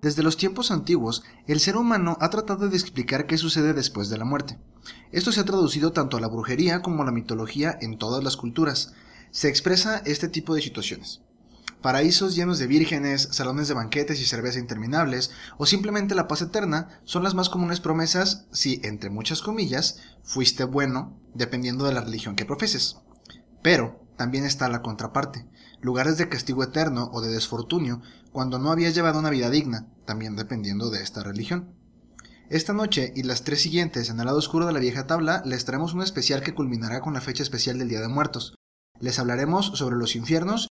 Desde los tiempos antiguos, el ser humano ha tratado de explicar qué sucede después de la muerte. Esto se ha traducido tanto a la brujería como a la mitología en todas las culturas. Se expresa este tipo de situaciones: paraísos llenos de vírgenes, salones de banquetes y cerveza interminables, o simplemente la paz eterna, son las más comunes promesas si, entre muchas comillas, fuiste bueno, dependiendo de la religión que profeses. Pero también está la contraparte: lugares de castigo eterno o de desfortunio cuando no habías llevado una vida digna, también dependiendo de esta religión. Esta noche y las 3 siguientes en el lado oscuro de la vieja tabla les traemos un especial que culminará con la fecha especial del Día de Muertos. Les hablaremos sobre los infiernos.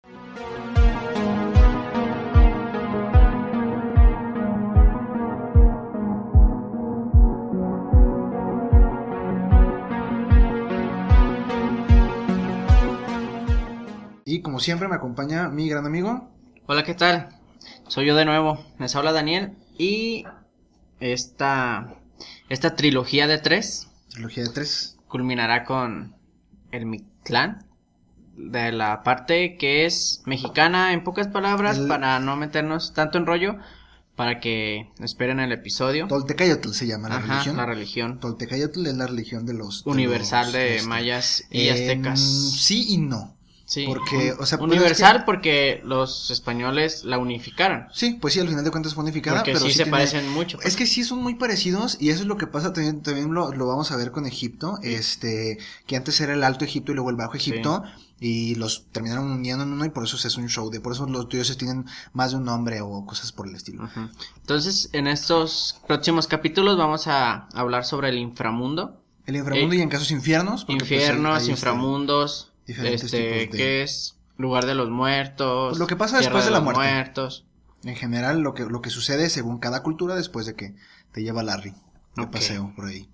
Y como siempre me acompaña mi gran amigo. Hola, ¿qué tal? Soy yo de nuevo, les habla Daniel. Y esta trilogía de 3 culminará con el Mictlán, de la parte que es mexicana, en pocas palabras, para no meternos tanto en rollo, para que esperen el episodio. Toltecayotl se llama la religión. La religión. Toltecayotl es la religión de los... universal de mayas y aztecas. Sí y no. Sí, porque, o sea, universal porque los españoles la unificaron. Sí, pues sí, al final de cuentas fue unificada, porque pero sí se parecen mucho. Es que sí son muy parecidos, y eso es lo que pasa también lo vamos a ver con Egipto, que antes era el Alto Egipto y luego el Bajo Egipto, y los terminaron uniendo en uno, y por eso se hace un show, por eso los dioses tienen más de un nombre o cosas por el estilo. Entonces, en estos próximos capítulos vamos a hablar sobre el inframundo. El inframundo y en casos infiernos. Infiernos, pues, inframundos. Diferentes tipos de... ¿Qué es? Lugar de los muertos. Pues lo que pasa después de la muerte. Muertos. En general, lo que sucede según cada cultura después de que te lleva Larry de paseo por ahí.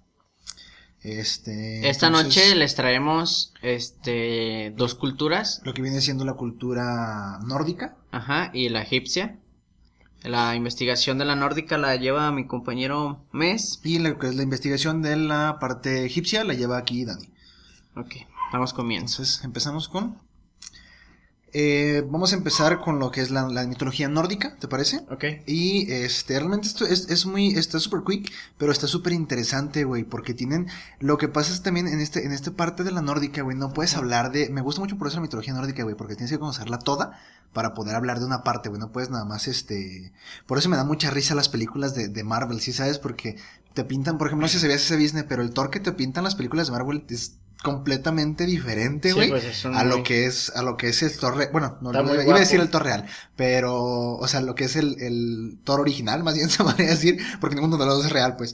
Esta noche les traemos 2 culturas. Lo que viene siendo la cultura nórdica. Ajá, y la egipcia. La investigación de la nórdica la lleva mi compañero Mes. Y lo que es la investigación de la parte egipcia la lleva aquí Dani. Ok. Vamos comiendo. Entonces empezamos con... vamos a empezar con lo que es la mitología nórdica, ¿te parece? Ok. Y realmente esto está súper quick, pero está súper interesante, güey, porque tienen... Lo que pasa es también en esta parte de la nórdica, güey, no puedes hablar de... Me gusta mucho por eso la mitología nórdica, güey, porque tienes que conocerla toda para poder hablar de una parte, güey, no puedes nada más, Por eso me da mucha risa las películas de Marvel, ¿sí sabes? Porque te pintan, por ejemplo, no sé si sabías ese business, pero el Thor que te pintan las películas de Marvel es completamente diferente, güey, pues a lo que es el Thor bueno, no iba a decir el Thor real, pero, o sea, lo que es el Thor original, más bien se podría decir, porque ninguno de los dos es real, pues,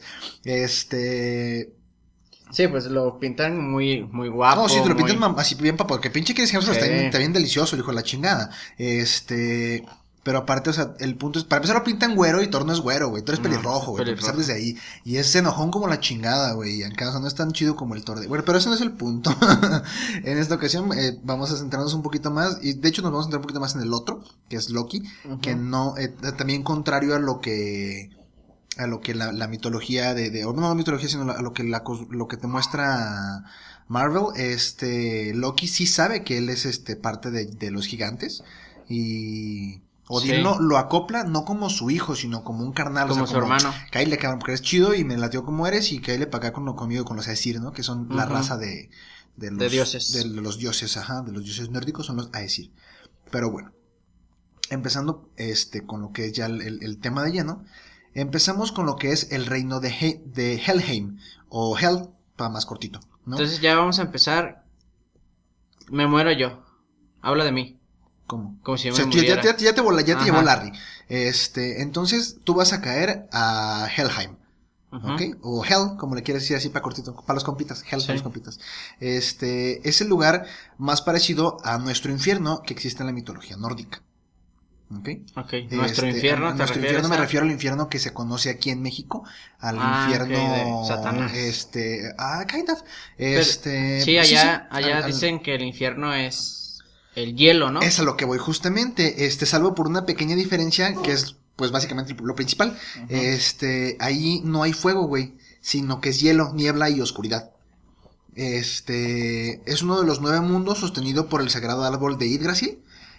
Sí, pues lo pintan muy, muy guapo. No, sí, te lo pintan así bien papo, que pinche Chris Hemsworth está bien delicioso, el hijo de la chingada, pero aparte, o sea, el punto es, para empezar lo pintan güero y Thor no es güero, güey, Thor es pelirrojo, güey, para empezar desde ahí, y es enojón como la chingada, güey, y acá, o sea, no es tan chido como el Thor de... Bueno, pero ese no es el punto. En esta ocasión vamos a centrarnos un poquito más, y de hecho nos vamos a centrar un poquito más en el otro, que es Loki, que no, también contrario a lo que la mitología o no la mitología, sino a lo que te muestra Marvel, Loki sí sabe que él es parte de los gigantes, y Odín lo acopla no como su hijo, sino como un carnal, como, o sea, como su hermano. Cáele, cabrón, porque eres chido y me latió como eres, y cáele para acá conmigo con los Aesir, ¿no? Que son la raza de dioses. De los dioses, de los dioses nórdicos son los Aesir. Pero bueno, empezando con lo que es ya el tema de lleno, empezamos con lo que es el reino de Helheim, o Hel, para más cortito, ¿no? Entonces ya vamos a empezar. Me muero yo. Habla de mí. ¿Cómo? Como si yo o sea, me muriera. Ya te llevó Larry. Entonces tú vas a caer a Helheim. ¿Ok? O Hell, como le quieres decir así para cortito, para los compitas. Hell para los compitas. Es el lugar más parecido a nuestro infierno que existe en la mitología nórdica. ¿Ok? Nuestro infierno, nuestro infierno me refiero al infierno que se conoce aquí en México, al infierno de Satanás. Kind of. Sí, allá dicen que el infierno es el hielo, ¿no? Es a lo que voy justamente, salvo por una pequeña diferencia que es, pues, básicamente lo principal. Ahí no hay fuego, güey, sino que es hielo, niebla y oscuridad. Es uno de los 9 mundos sostenido por el sagrado árbol de Yggdrasil.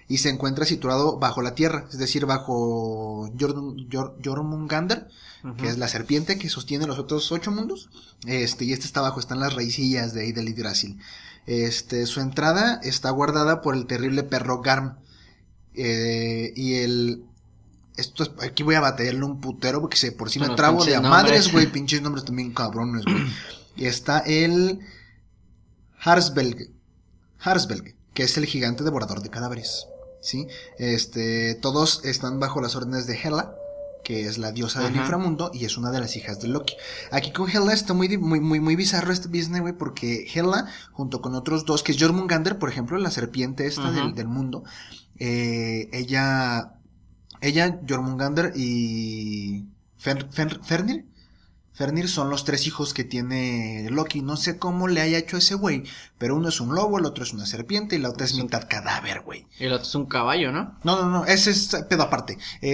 y se encuentra situado bajo la tierra, es decir, bajo Jormungandr, que es la serpiente que sostiene los otros 8 mundos, y este está abajo, están las raicillas de ahí del Yggdrasil. Su entrada está guardada por el terrible perro Garm, aquí voy a batallarle un putero porque por si me trabo de a madres, güey, pinches nombres también cabrones, güey. Y está el Harsbelg, que es el gigante devorador de cadáveres, ¿sí? Todos están bajo las órdenes de Hela, que es la diosa del inframundo y es una de las hijas de Loki. Aquí con Hela está muy bizarro este business, güey, porque Hela, junto con otros 2, que es Jormungandr, por ejemplo, la serpiente esta del mundo, ella, Jormungandr y Fenrir son los 3 hijos que tiene Loki. No sé cómo le haya hecho ese güey, pero uno es un lobo, el otro es una serpiente y la otra es mitad cadáver, güey. Y el otro es un caballo, ¿no? No, ese es pedo aparte.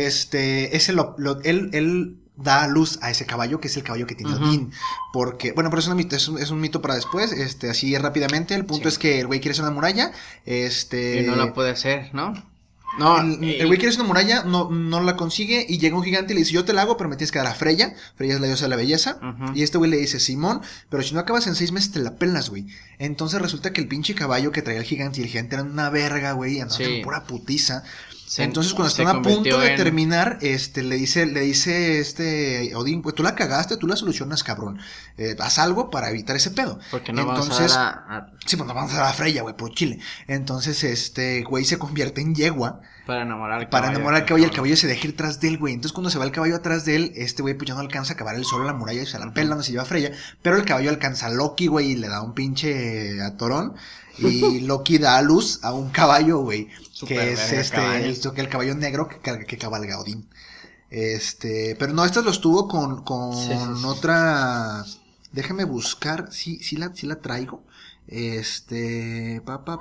Él da a luz a ese caballo, que es el caballo que tiene Odín. Porque, bueno, pero es un mito para después, así rápidamente. El punto es que el güey quiere hacer una muralla, y no la puede hacer, ¿no? No, el güey quiere hacer una muralla, no la consigue y llega un gigante y le dice, yo te la hago, pero me tienes que dar a Freya. Freya es la diosa de la belleza. Y este güey le dice, Simón, pero si no acabas en 6 meses te la pelas, güey. Entonces resulta que el pinche caballo que traía el gigante y el gigante eran una verga, güey, andaban en pura putiza. Entonces cuando están a punto de terminar, le dice Odín, pues tú la cagaste, tú la solucionas, cabrón. Haz algo para evitar ese pedo. Porque no vamos a dar Sí, pues no vamos a dar a Freya, güey, por Chile. Entonces güey se convierte en yegua. Para enamorar al caballo. Y el caballo se deja ir tras de él, güey. Entonces cuando se va el caballo atrás de él, güey pues ya no alcanza a acabar él solo la muralla y se la pela, no se lleva a Freya. Pero el caballo alcanza a Loki, güey, y le da un pinche atorón. Y Loki da a luz a un caballo, güey, que es el caballo negro que cabalga Odín. Pero no, los tuvo con otra. Déjame buscar, sí la traigo. Es que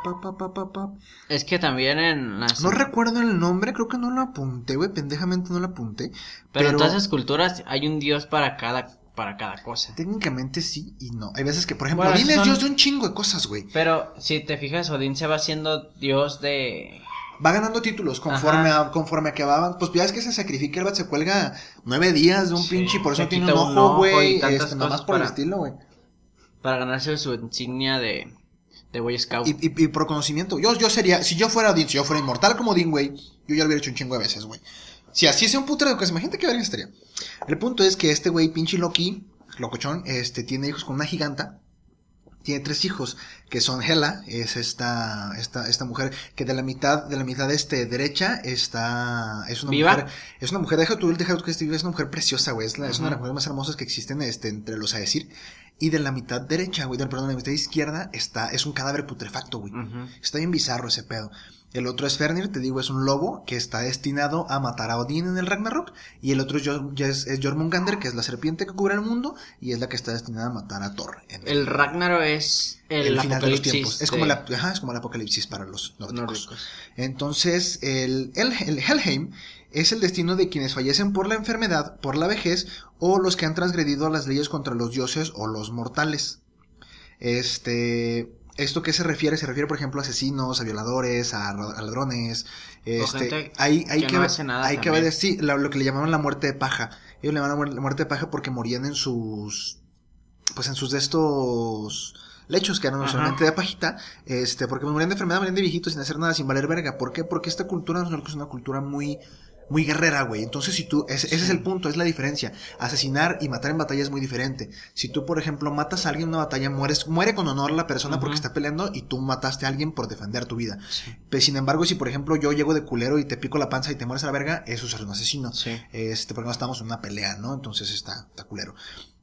también en las... No recuerdo el nombre, creo que no lo apunté, güey, pendejamente no lo apunté. Pero en todas esas culturas hay un dios para cada cosa. Técnicamente sí y no. Hay veces que, por ejemplo, Odín es dios de un chingo de cosas, güey. Pero si te fijas, Odín se va haciendo dios de... Va ganando títulos conforme a que va. Pues ya es que se sacrifica, el vato se cuelga 9 días de un pinche, por eso tiene un ojo, güey. Nomás por el estilo, güey. Para ganarse su insignia de Boy Scout. Y por conocimiento. Yo sería, si yo fuera Odín, si yo fuera inmortal como Odín, güey, yo ya lo hubiera hecho un chingo de veces, güey. Si así es un putero de cosas, imagínate qué verga estaría. El punto es que este güey, pinche Loki, locochón, tiene hijos con una giganta. Tiene 3 hijos, que son Hela, es esta mujer que de la mitad derecha es una ¿Viva? mujer, es una mujer, deja tú que es una mujer preciosa, güey, es una de las mujeres más hermosas que existen, entre los Aesir. Y de la mitad derecha, güey, de la mitad izquierda es un cadáver putrefacto, güey. Está bien bizarro ese pedo. El otro es Fenrir, te digo, es un lobo que está destinado a matar a Odín en el Ragnarok. Y el otro es Jormungandr, que es la serpiente que cubre el mundo y es la que está destinada a matar a Thor. El Ragnarok es el final de los apocalipsis. Tiempos. Es como el apocalipsis para los nórdicos. Entonces, el Helheim es el destino de quienes fallecen por la enfermedad, por la vejez o los que han transgredido las leyes contra los dioses o los mortales. ¿Esto qué se refiere? Se refiere, por ejemplo, a asesinos, a violadores, a ladrones. Hay que ver, sí, lo que le llamaban la muerte de paja. Ellos le llamaban la muerte de paja porque morían en sus de estos lechos que eran usualmente de pajita, porque morían de enfermedad, morían de viejitos sin hacer nada, sin valer verga. ¿Por qué? Porque esta cultura es una cultura muy guerrera, güey. Entonces, si tú, ese es el punto, es la diferencia. Asesinar y matar en batalla es muy diferente. Si tú, por ejemplo, matas a alguien en una batalla, muere con honor la persona porque está peleando y tú mataste a alguien por defender tu vida. Sí. Pero, sin embargo, si, por ejemplo, yo llego de culero y te pico la panza y te mueres a la verga, eso es ser un asesino. Sí. Porque no estamos en una pelea, ¿no? Entonces está culero.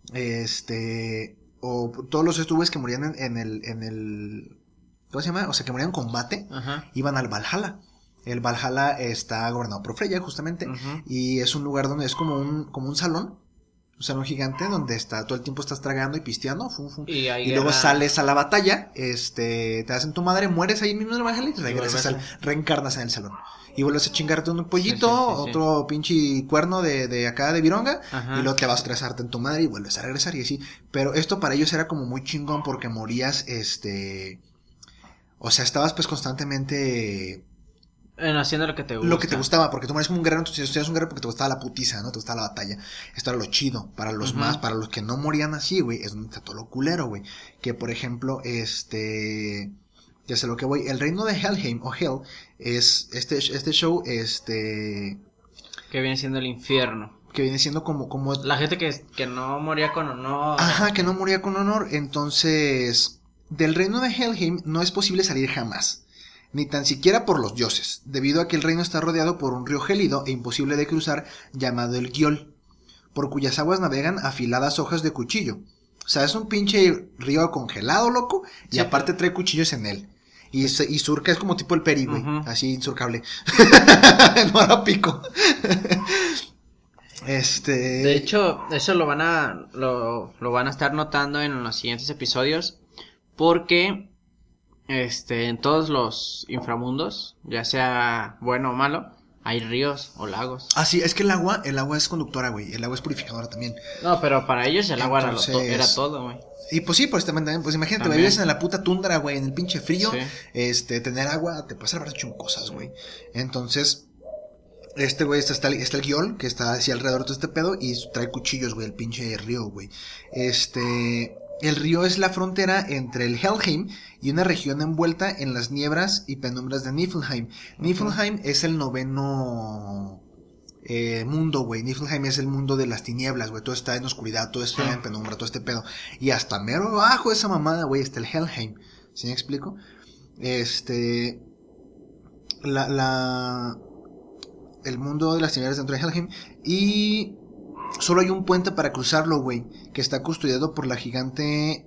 O todos los güeyes que morían en el ¿cómo se llama? O sea, que morían en combate, iban al Valhalla. El Valhalla está gobernado por Freya, justamente, y es un lugar donde es como un salón gigante donde todo el tiempo estás tragando y pisteando, y luego sales a la batalla, te hacen tu madre, mueres ahí mismo en el Valhalla y te regresas reencarnas en el salón. Y vuelves a chingarte un pollito, otro pinche cuerno de acá de vironga, y luego te vas a estresarte en tu madre y vuelves a regresar y así. Pero esto para ellos era como muy chingón porque morías, o sea, estabas pues constantemente Haciendo lo que te gusta. Lo que te gustaba, porque tú eres como un guerrero, entonces tú eres un guerrero porque te gustaba la putiza, ¿no? Te gustaba la batalla. Esto era lo chido. Para los más, para los que no morían así, güey, es donde está todo lo culero, güey. Que, por ejemplo, ya sé lo que voy. El reino de Helheim, o Hell, es este show, que viene siendo el infierno. Que viene siendo como... La gente que no moría con honor. Ajá, que no moría con honor. Entonces, del reino de Helheim no es posible salir jamás. Ni tan siquiera por los dioses, debido a que el reino está rodeado por un río gélido e imposible de cruzar llamado el Giol, por cuyas aguas navegan afiladas hojas de cuchillo. O sea, es un pinche río congelado, loco, y sí, aparte trae cuchillos en él. Y surca, es como tipo el Peri, güey, así insurcable. No hará pico. De hecho, eso lo van a estar notando en los siguientes episodios, porque en todos los inframundos, ya sea bueno o malo, hay ríos o lagos. Ah, sí, es que el agua es conductora, güey, el agua es purificadora también. No, pero para ellos el agua era todo, güey. Y pues sí, pues también, pues imagínate, güey, vives en la puta tundra, güey, en el pinche frío, sí. Tener agua te puede salvar de cosas, güey. Entonces, güey, está el Giol, que está así alrededor de todo este pedo, y trae cuchillos, güey, el pinche río, güey. El río es la frontera entre el Helheim y una región envuelta en las nieblas y penumbras de Niflheim. Niflheim es el 9º mundo, güey. Niflheim es el mundo de las tinieblas, güey. Todo está en oscuridad, todo está en penumbra, todo este pedo. Y hasta mero abajo de esa mamada, güey, está el Helheim. ¿Sí me explico? El mundo de las tinieblas dentro de Helheim. Y solo hay un puente para cruzarlo, güey, que está custodiado por la gigante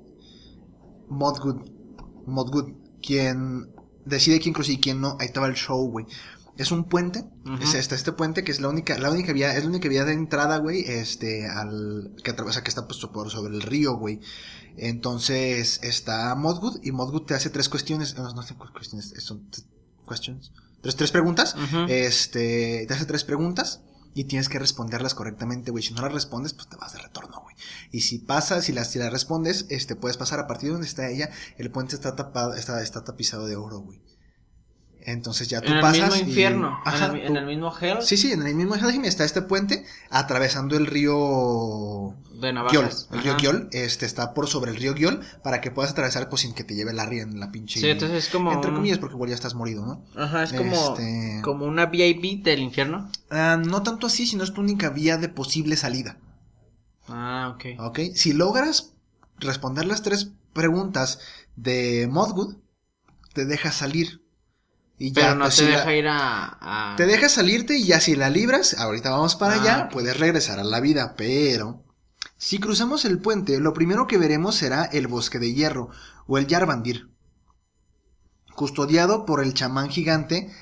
Modgud, quien decide quién cruza y quién no. Ahí estaba el show, güey. Es un puente, está este puente que es la única vía, es la única vía de entrada, güey, que atraviesa, que está puesto por sobre el río, güey. Entonces está Modgud, y Modgud te hace tres cuestiones, no sé cuestiones, son questions, tres preguntas, te hace tres preguntas. Y tienes que responderlas correctamente, güey. Si no las respondes, pues te vas de retorno, güey. Y si las respondes, puedes pasar a partir de donde está ella. El puente está tapado, está tapizado de oro, güey. Entonces ya tú pasas. En el mismo infierno. En el mismo Hell. Sí, en el mismo Hell está este puente atravesando el río de Navajas. Giol. El río Giol, está por sobre el río Giol para que puedas atravesar, pues, sin que te lleve Larry en la pinche. Sí, entonces es como. Entre comillas, porque igual ya estás morido, ¿no? Ajá, es como una VIP del infierno. No tanto así, sino es tu única vía de posible salida. Ah, ok. Ok, si logras responder las tres preguntas de Modgud, te deja salir. Y ya, pero no pues, te deja ir a... Te deja salirte y ya si la libras, ahorita vamos para allá, puedes regresar a la vida. Pero si cruzamos el puente, lo primero que veremos será el bosque de hierro, o el Yarvandir, custodiado por el chamán gigante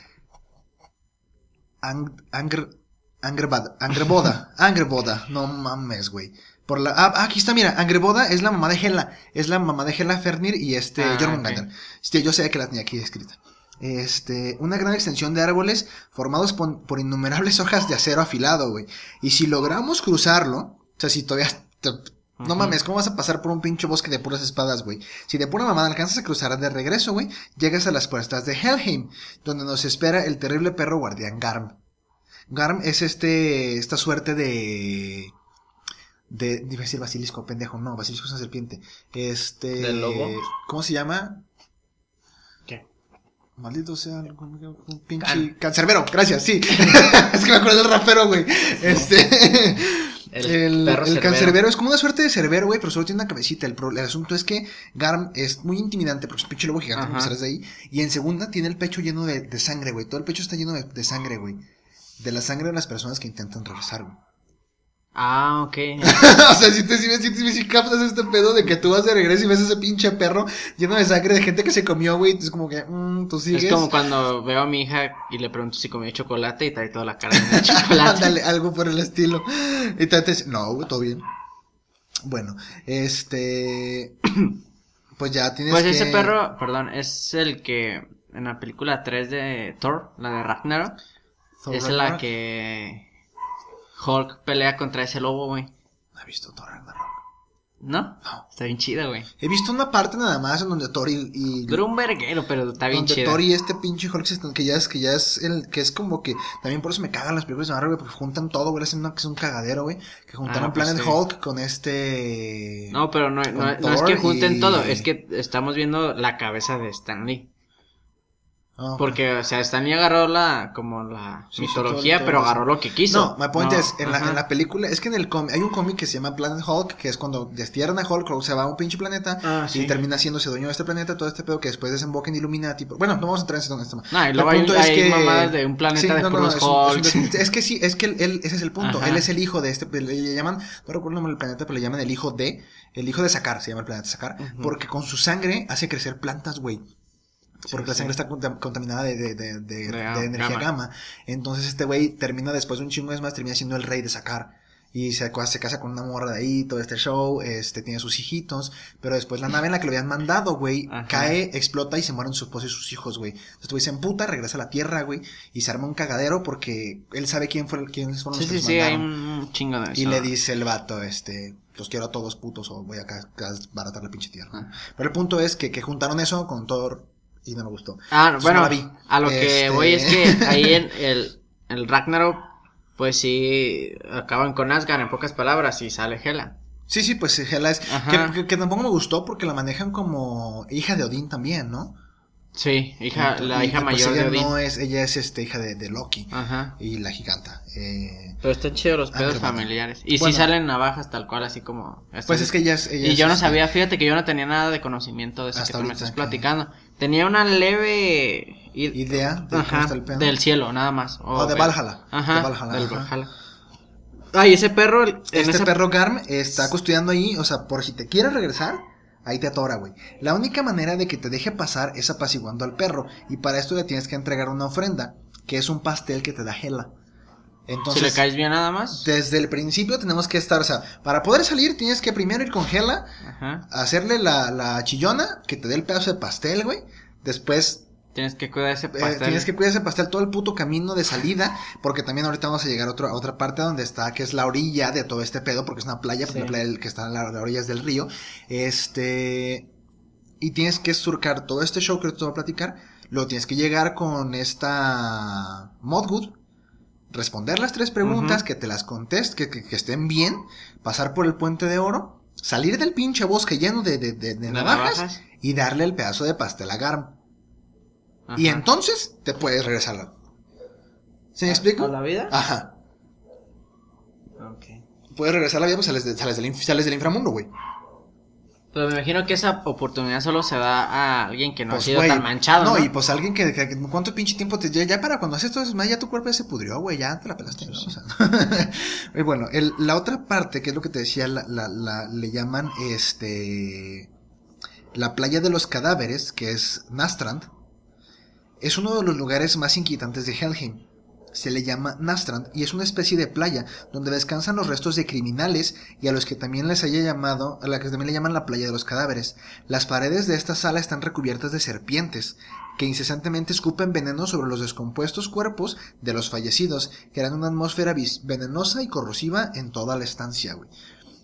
Angrboda. No mames, güey. Aquí está, mira, Angrboda es la mamá de Hela. Es la mamá de Hela Fenrir y Jormungandr. Okay. Yo sé que la tenía aquí escrita. Una gran extensión de árboles formados por innumerables hojas de acero afilado, güey. Y si logramos cruzarlo, o sea, si todavía... No mames, ¿cómo vas a pasar por un pinche bosque de puras espadas, güey? Si de pura mamada alcanzas a cruzar de regreso, güey, llegas a las puertas de Helheim, donde nos espera el terrible perro guardián Garm. Garm es esta suerte de... Iba a decir basilisco, pendejo. No, basilisco es una serpiente. ¿Del lobo? ¿Cómo se llama? ¿Qué? Maldito sea, un pinche... Cancerbero, gracias, sí. Es que me acuerdo del rapero, güey. El cancerbero es como una suerte de cerbero, güey, pero solo tiene una cabecita. El asunto es que Garm es muy intimidante porque es un pinche lobo gigante, como sales de ahí. Y en segunda tiene el pecho lleno de sangre, güey. Todo el pecho está lleno de sangre, güey. De la sangre de las personas que intentan regresar, güey. Ah, ok. O sea, si captas este pedo de que tú vas de regreso y ves ese pinche perro lleno de sangre de gente que se comió, güey, es como que, tú sigues. Es como cuando veo a mi hija y le pregunto si comió chocolate y trae toda la cara de chocolate. Ándale, algo por el estilo. Y te dice, no, güey, todo bien. Bueno, pues ya tienes pues ese perro, perdón, es el que en la película 3 de Thor, la de Ragnarok, es la que Hulk pelea contra ese lobo, güey. No he visto Thor Ragnarok. ¿No? Está bien chida, güey. He visto una parte nada más en donde Thor y Dura un verguero, pero está bien chida. Donde Thor y este pinche Hulk que ya es el que es como que también por eso me cagan las películas de Marvel, güey, porque juntan todo, güey, hacen que es un cagadero, güey, que juntaron pues Planet sí. Hulk con No, pero no es que junten todo, es que estamos viendo la cabeza de Stan Lee. Okay. Porque, o sea, Stan Lee agarró la mitología, todo pero eso. agarró lo que quiso. No, my point es, en la película, es que en el cómic, hay un cómic que se llama Planet Hulk, que es cuando destierran a Hulk, Hulk se va a un pinche planeta, y termina siéndose dueño de este planeta, todo este pedo que después desemboca en Illuminati. Bueno, no vamos a entrar en ese tema. No, y luego hay mamadas de un planeta de puros Hulk. Es que sí, es que él, ese es el punto, Ajá. él es el hijo de este, le llaman, no recuerdo el nombre del planeta, pero le llaman el hijo de Sakaar, se llama el planeta Sakaar, porque con su sangre hace crecer plantas, güey. Porque la sangre está contaminada de energía gamma. Entonces este güey termina después de un chingo de más, termina siendo el rey de Sakaar. Y se casa con una morra de ahí, todo este show, tiene sus hijitos, pero después la nave en la que lo habían mandado, güey, cae, explota y se mueren su esposa y sus hijos, güey. Entonces güey se emputa, regresa a la tierra, güey, y se arma un cagadero porque él sabe quiénes fueron los que los mandaron. Sí, hay un chingo de eso. Y le dice el vato, los quiero a todos putos o voy a baratar la pinche tierra. Pero el punto es que juntaron eso con Thor y no me gustó. Entonces, bueno, no a lo que voy es que ahí en el Ragnarok, pues sí, acaban con Asgard en pocas palabras y sale Hela. Sí, pues Hela es... Que tampoco me gustó porque la manejan como hija de Odín también, ¿no? Sí, hija mayor pues de Odín. Ella es hija de Loki. Ajá. Y la giganta. Pero está chido los pedos familiares. Y sí salen navajas tal cual, así como... Pues es que ella y yo no sabía, fíjate que yo no tenía nada de conocimiento de eso que tú me estás platicando. Tenía una leve... idea de cómo está el pedo. Del cielo, nada más. De Valhalla. Ajá, de Valhalla. Del Valhalla. Ay, ese perro... perro Garm está custodiando ahí, o sea, por si te quieres regresar... Ahí te atora, güey. La única manera de que te deje pasar es apaciguando al perro. Y para esto le tienes que entregar una ofrenda, que es un pastel que te da Hela. Entonces, si le caes bien nada más. Desde el principio tenemos que estar, o sea, para poder salir tienes que primero ir con Hela, hacerle la chillona, que te dé el pedazo de pastel, güey. Después... Tienes que cuidar ese pastel. Todo el puto camino de salida. Porque también ahorita vamos a llegar a otra parte donde está, que es la orilla de todo este pedo. Porque es una playa, la playa que está en las orillas del río. Y tienes que surcar todo este show que te voy a platicar. Luego tienes que llegar con esta Modgood, responder las 3 preguntas, que te las conteste, que estén bien. Pasar por el puente de oro. Salir del pinche bosque lleno de navajas. Y darle el pedazo de pastel a Garm. Y entonces te puedes regresar. ¿Se me explico? ¿A la vida? Ajá. Ok. Puedes regresar a la vida, pues sales del inframundo, güey. Pero me imagino que esa oportunidad solo se da a alguien que no ha sido tan manchado, ¿no? No, y pues alguien que ¿cuánto pinche tiempo ya para cuando haces todo eso, ya tu cuerpo ya se pudrió, güey, ya te la pelaste, ¿no? O sea, y bueno, la otra parte, que es lo que te decía, le llaman, la playa de los cadáveres, que es Nastrand. Es uno de los lugares más inquietantes de Helheim. Se le llama Nastrand y es una especie de playa donde descansan los restos de criminales y a los que también a la que también le llaman la playa de los cadáveres. Las paredes de esta sala están recubiertas de serpientes que incesantemente escupen veneno sobre los descompuestos cuerpos de los fallecidos, creando una atmósfera venenosa y corrosiva en toda la estancia, güey.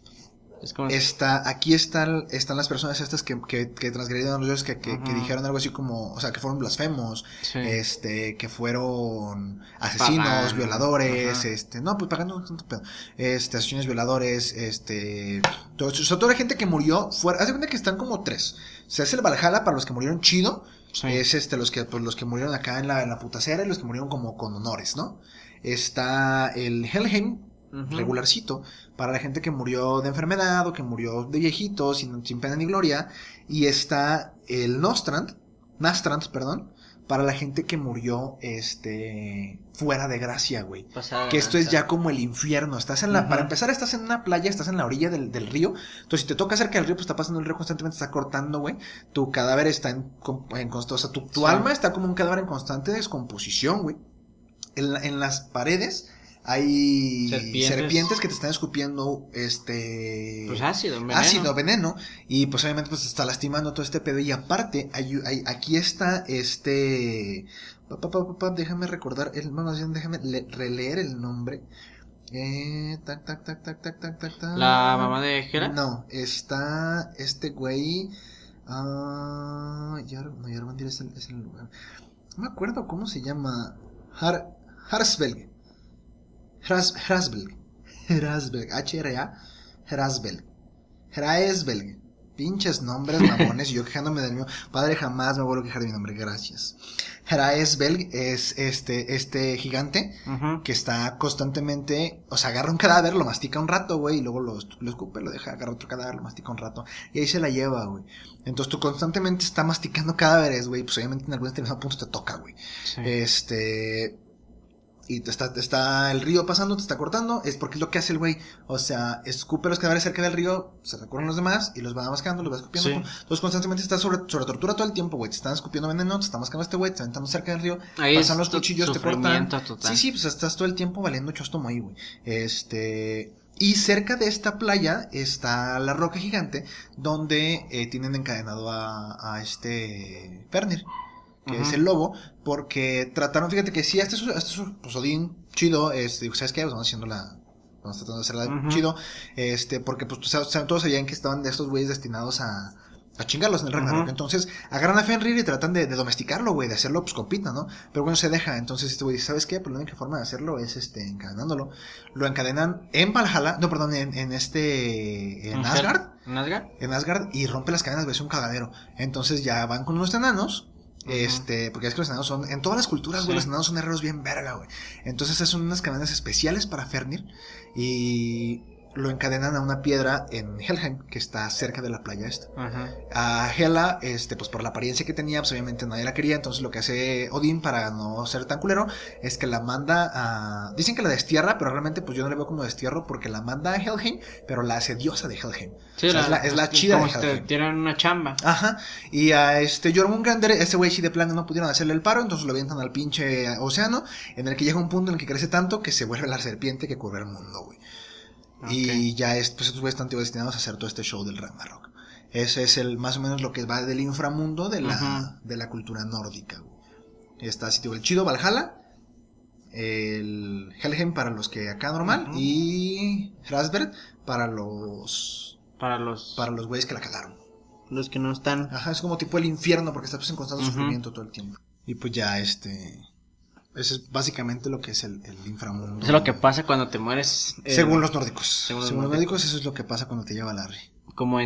Aquí están las personas estas que transgredieron los dioses, que dijeron algo así como, o sea, que fueron blasfemos, que fueron asesinos, violadores, no, pues pagando tanto pedo, asesinos, violadores, toda la gente que murió fuera, haz de cuenta que están como 3, se hace el Valhalla para los que murieron chido, es los que murieron acá en la putacera y los que murieron como con honores, ¿no? Está el Helheim regularcito para la gente que murió de enfermedad o que murió de viejito sin pena ni gloria, y está el Nastrand, para la gente que murió fuera de gracia, güey. Que esto es ya como el infierno. Estás en para empezar, estás en una playa, estás en la orilla del río. Entonces, si te toca cerca del río, pues está pasando el río constantemente, está cortando, güey. Tu cadáver está o sea, tu alma está como un cadáver en constante descomposición, güey. En las paredes hay serpientes que te están escupiendo pues ácido, veneno, y pues obviamente pues te está lastimando todo este pedo. Y aparte aquí está déjame recordar déjame releer el nombre. ¿La mamá de Hela? No, está este güey. Jormundir es el lugar. No me acuerdo cómo se llama. Hrasbelg. Hrasbelg. Hraesbelg. Pinches nombres mamones. Y yo quejándome del mío. Padre, jamás me vuelvo a quejar de mi nombre. Gracias. Hraesbelg es este gigante que está constantemente, o sea, agarra un cadáver, lo mastica un rato, güey, y luego lo escupe, lo deja, agarra otro cadáver, lo mastica un rato, y ahí se la lleva, güey. Entonces tú constantemente está masticando cadáveres, güey, pues obviamente en algún determinado punto te toca, güey. Sí. Y está el río pasando, te está cortando, es porque es lo que hace el güey, o sea, escupe los cadáveres cerca del río, se recorren los demás y los va mascando, los va escupiendo. Sí. Entonces constantemente estás sobre tortura todo el tiempo, güey, te están escupiendo veneno, te está mascando este güey, te está aventando cerca del río, ahí pasan los cuchillos, te cortan. Total. Sí, pues estás todo el tiempo valiendo chostomo ahí, güey. Y cerca de esta playa está la roca gigante donde tienen encadenado a Fenrir, que es el lobo, porque trataron, fíjate que sí, este es pues Odín, chido, ¿sabes qué? Vamos tratando de hacerla chido, porque pues todos sabían que estaban de estos güeyes destinados a chingarlos en el Ragnarok. Entonces agarran a Fenrir y tratan de domesticarlo, güey, de hacerlo pues compita, ¿no? Pero bueno, se deja. Entonces este güey dice, ¿sabes qué? Pues la única forma de hacerlo es encadenándolo. Lo encadenan en Valhalla, no, perdón, en Asgard. ¿En Asgard? Y rompe las cadenas, güey, es un cagadero. Entonces ya van con unos enanos. Porque es que los enanos son, en todas las culturas, güey, los enanos son herreros bien verga, güey. Entonces son unas cadenas especiales para Fenrir y lo encadenan a una piedra en Helheim, que está cerca de la playa esta. A Hela, pues por la apariencia que tenía, pues obviamente nadie la quería, entonces lo que hace Odín para no ser tan culero es que la manda a... Dicen que la destierra, pero realmente pues yo no le veo como destierro porque la manda a Helheim, pero la hace diosa de Helheim. Sí, o sea, es la chida de Helheim. Tienen una chamba. Ajá, y a Jormungandr, ese güey sí de plano no pudieron hacerle el paro, entonces lo avientan al pinche océano, en el que llega un punto en el que crece tanto que se vuelve la serpiente que cubre el mundo, güey. Okay. Y ya pues estos güeyes están destinados a hacer todo este show del Ragnarok. Ese es más o menos lo que va del inframundo de la cultura nórdica, güey. Está así, el chido Valhalla, el Helheim para los que acá normal, y Hrasbelg para los güeyes que la cagaron. Los que no están. Ajá, es como tipo el infierno porque estás pues en constante sufrimiento todo el tiempo. Y pues ya eso es básicamente lo que es el inframundo. Eso es lo que pasa cuando te mueres. Según los nórdicos. Según los nórdicos, eso es lo que pasa cuando te lleva Larry. Como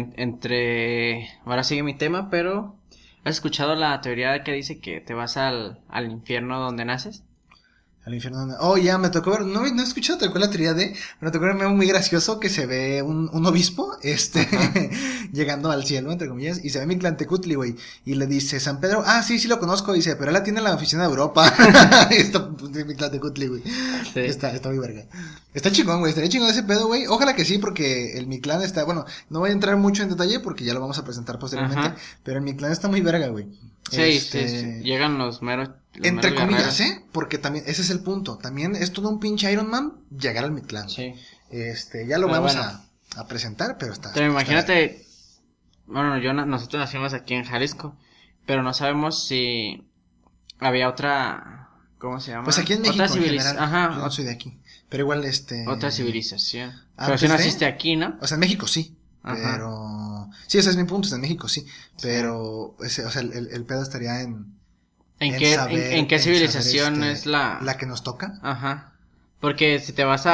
ahora sigue mi tema, pero ¿has escuchado la teoría que dice que te vas al infierno donde naces? Al infierno donde... Oh, ya, me tocó ver... No he escuchado tal cual la teoría me tocó ver muy gracioso que se ve un obispo, llegando al cielo, entre comillas, y se ve Mictlantecutli, güey, y le dice, San Pedro, sí lo conozco, dice, pero él la tiene en la oficina de Europa. Mictlantecutli, güey. Sí. Está muy verga. Está chingón, güey, estaría chingón ese pedo, güey. Ojalá que sí, porque el Mictlán está, bueno, no voy a entrar mucho en detalle porque ya lo vamos a presentar posteriormente, pero el Mictlán está muy verga, güey. Sí, llegan los meros... Entre comillas, porque también, ese es el punto, también es todo un pinche Iron Man llegar al Mictlán. Sí. Ya lo vamos a presentar, pero está... Pero imagínate, bueno, nosotros nacimos aquí en Jalisco, pero no sabemos si había otra, ¿cómo se llama? Pues aquí en México, otra civilización. Ajá. Yo no soy de aquí, pero igual otra civilización. Pero si naciste aquí, ¿no? O sea, en México sí, pero... Sí, ese es mi punto, en México sí, pero, o sea, el pedo estaría ¿En qué civilización es la que nos toca? Ajá. Porque si te vas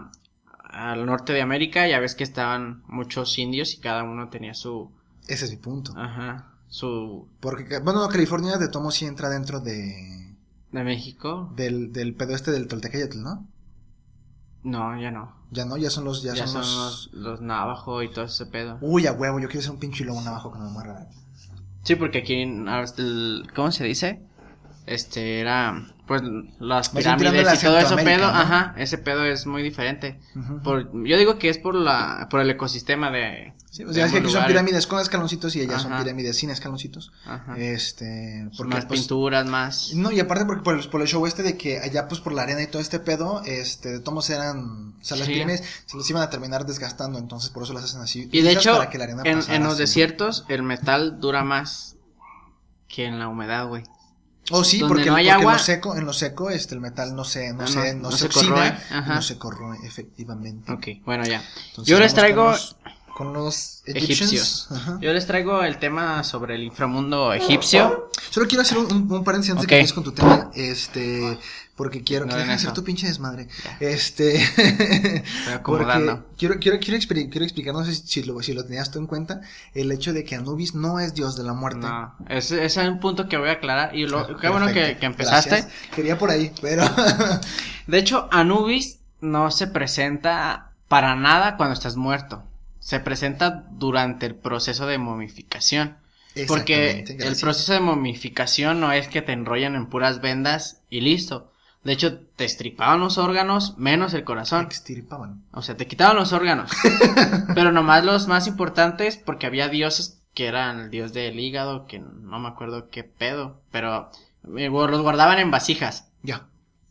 al norte de América, ya ves que estaban muchos indios y cada uno tenía su... Ese es mi punto. Ajá. Porque, bueno, California de tomo sí entra dentro de... ¿De México? Del pedo del Toltecayotl, ¿no? No, ya no. Ya no, ya son los los Navajo y todo ese pedo. Uy, a huevo, yo quiero ser un pinche lobo navajo que no me muera. Sí, porque aquí, ¿cómo se dice? Era, pues, las pirámides y todo ese pedo, ¿no? Ajá, ese pedo es muy diferente. Yo digo que es por el ecosistema de... Sí, o sea, es que aquí son pirámides con escaloncitos y allá son pirámides sin escaloncitos. Ajá. Porque más pinturas, más... No, y aparte porque por el show de que allá, pues, por la arena y todo este pedo, de tomos eran... O sea, las pirámides se les iban a terminar desgastando, entonces por eso las hacen así. Y de hecho, en los desiertos, el metal dura más que en la humedad, güey. Oh, sí, donde porque, no hay porque agua, en lo seco, el metal no se corroe, oxida, no se corroe, efectivamente. Ok, bueno, ya. Entonces, Yo les traigo con los egipcios. Yo les traigo el tema sobre el inframundo egipcio. Solo quiero hacer un paréntesis antes de que empieces con tu tema, porque quiero hacer tu pinche desmadre. Estoy acomodando. Quiero explicar, no sé si lo tenías tú en cuenta, el hecho de que Anubis no es dios de la muerte. No, ese es un punto que voy a aclarar. Y qué bueno que empezaste. Gracias. Quería por ahí, pero de hecho, Anubis no se presenta para nada cuando estás muerto. Se presenta durante el proceso de momificación. Porque el proceso de momificación no es que te enrollan en puras vendas y listo. De hecho, te estripaban los órganos menos el corazón. Extirpaban. O sea, te quitaban los órganos. Pero nomás los más importantes, porque había dioses que eran el dios del hígado, que no me acuerdo qué pedo, pero los guardaban en vasijas. Ya.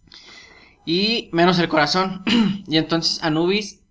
Y menos el corazón. Y entonces Anubis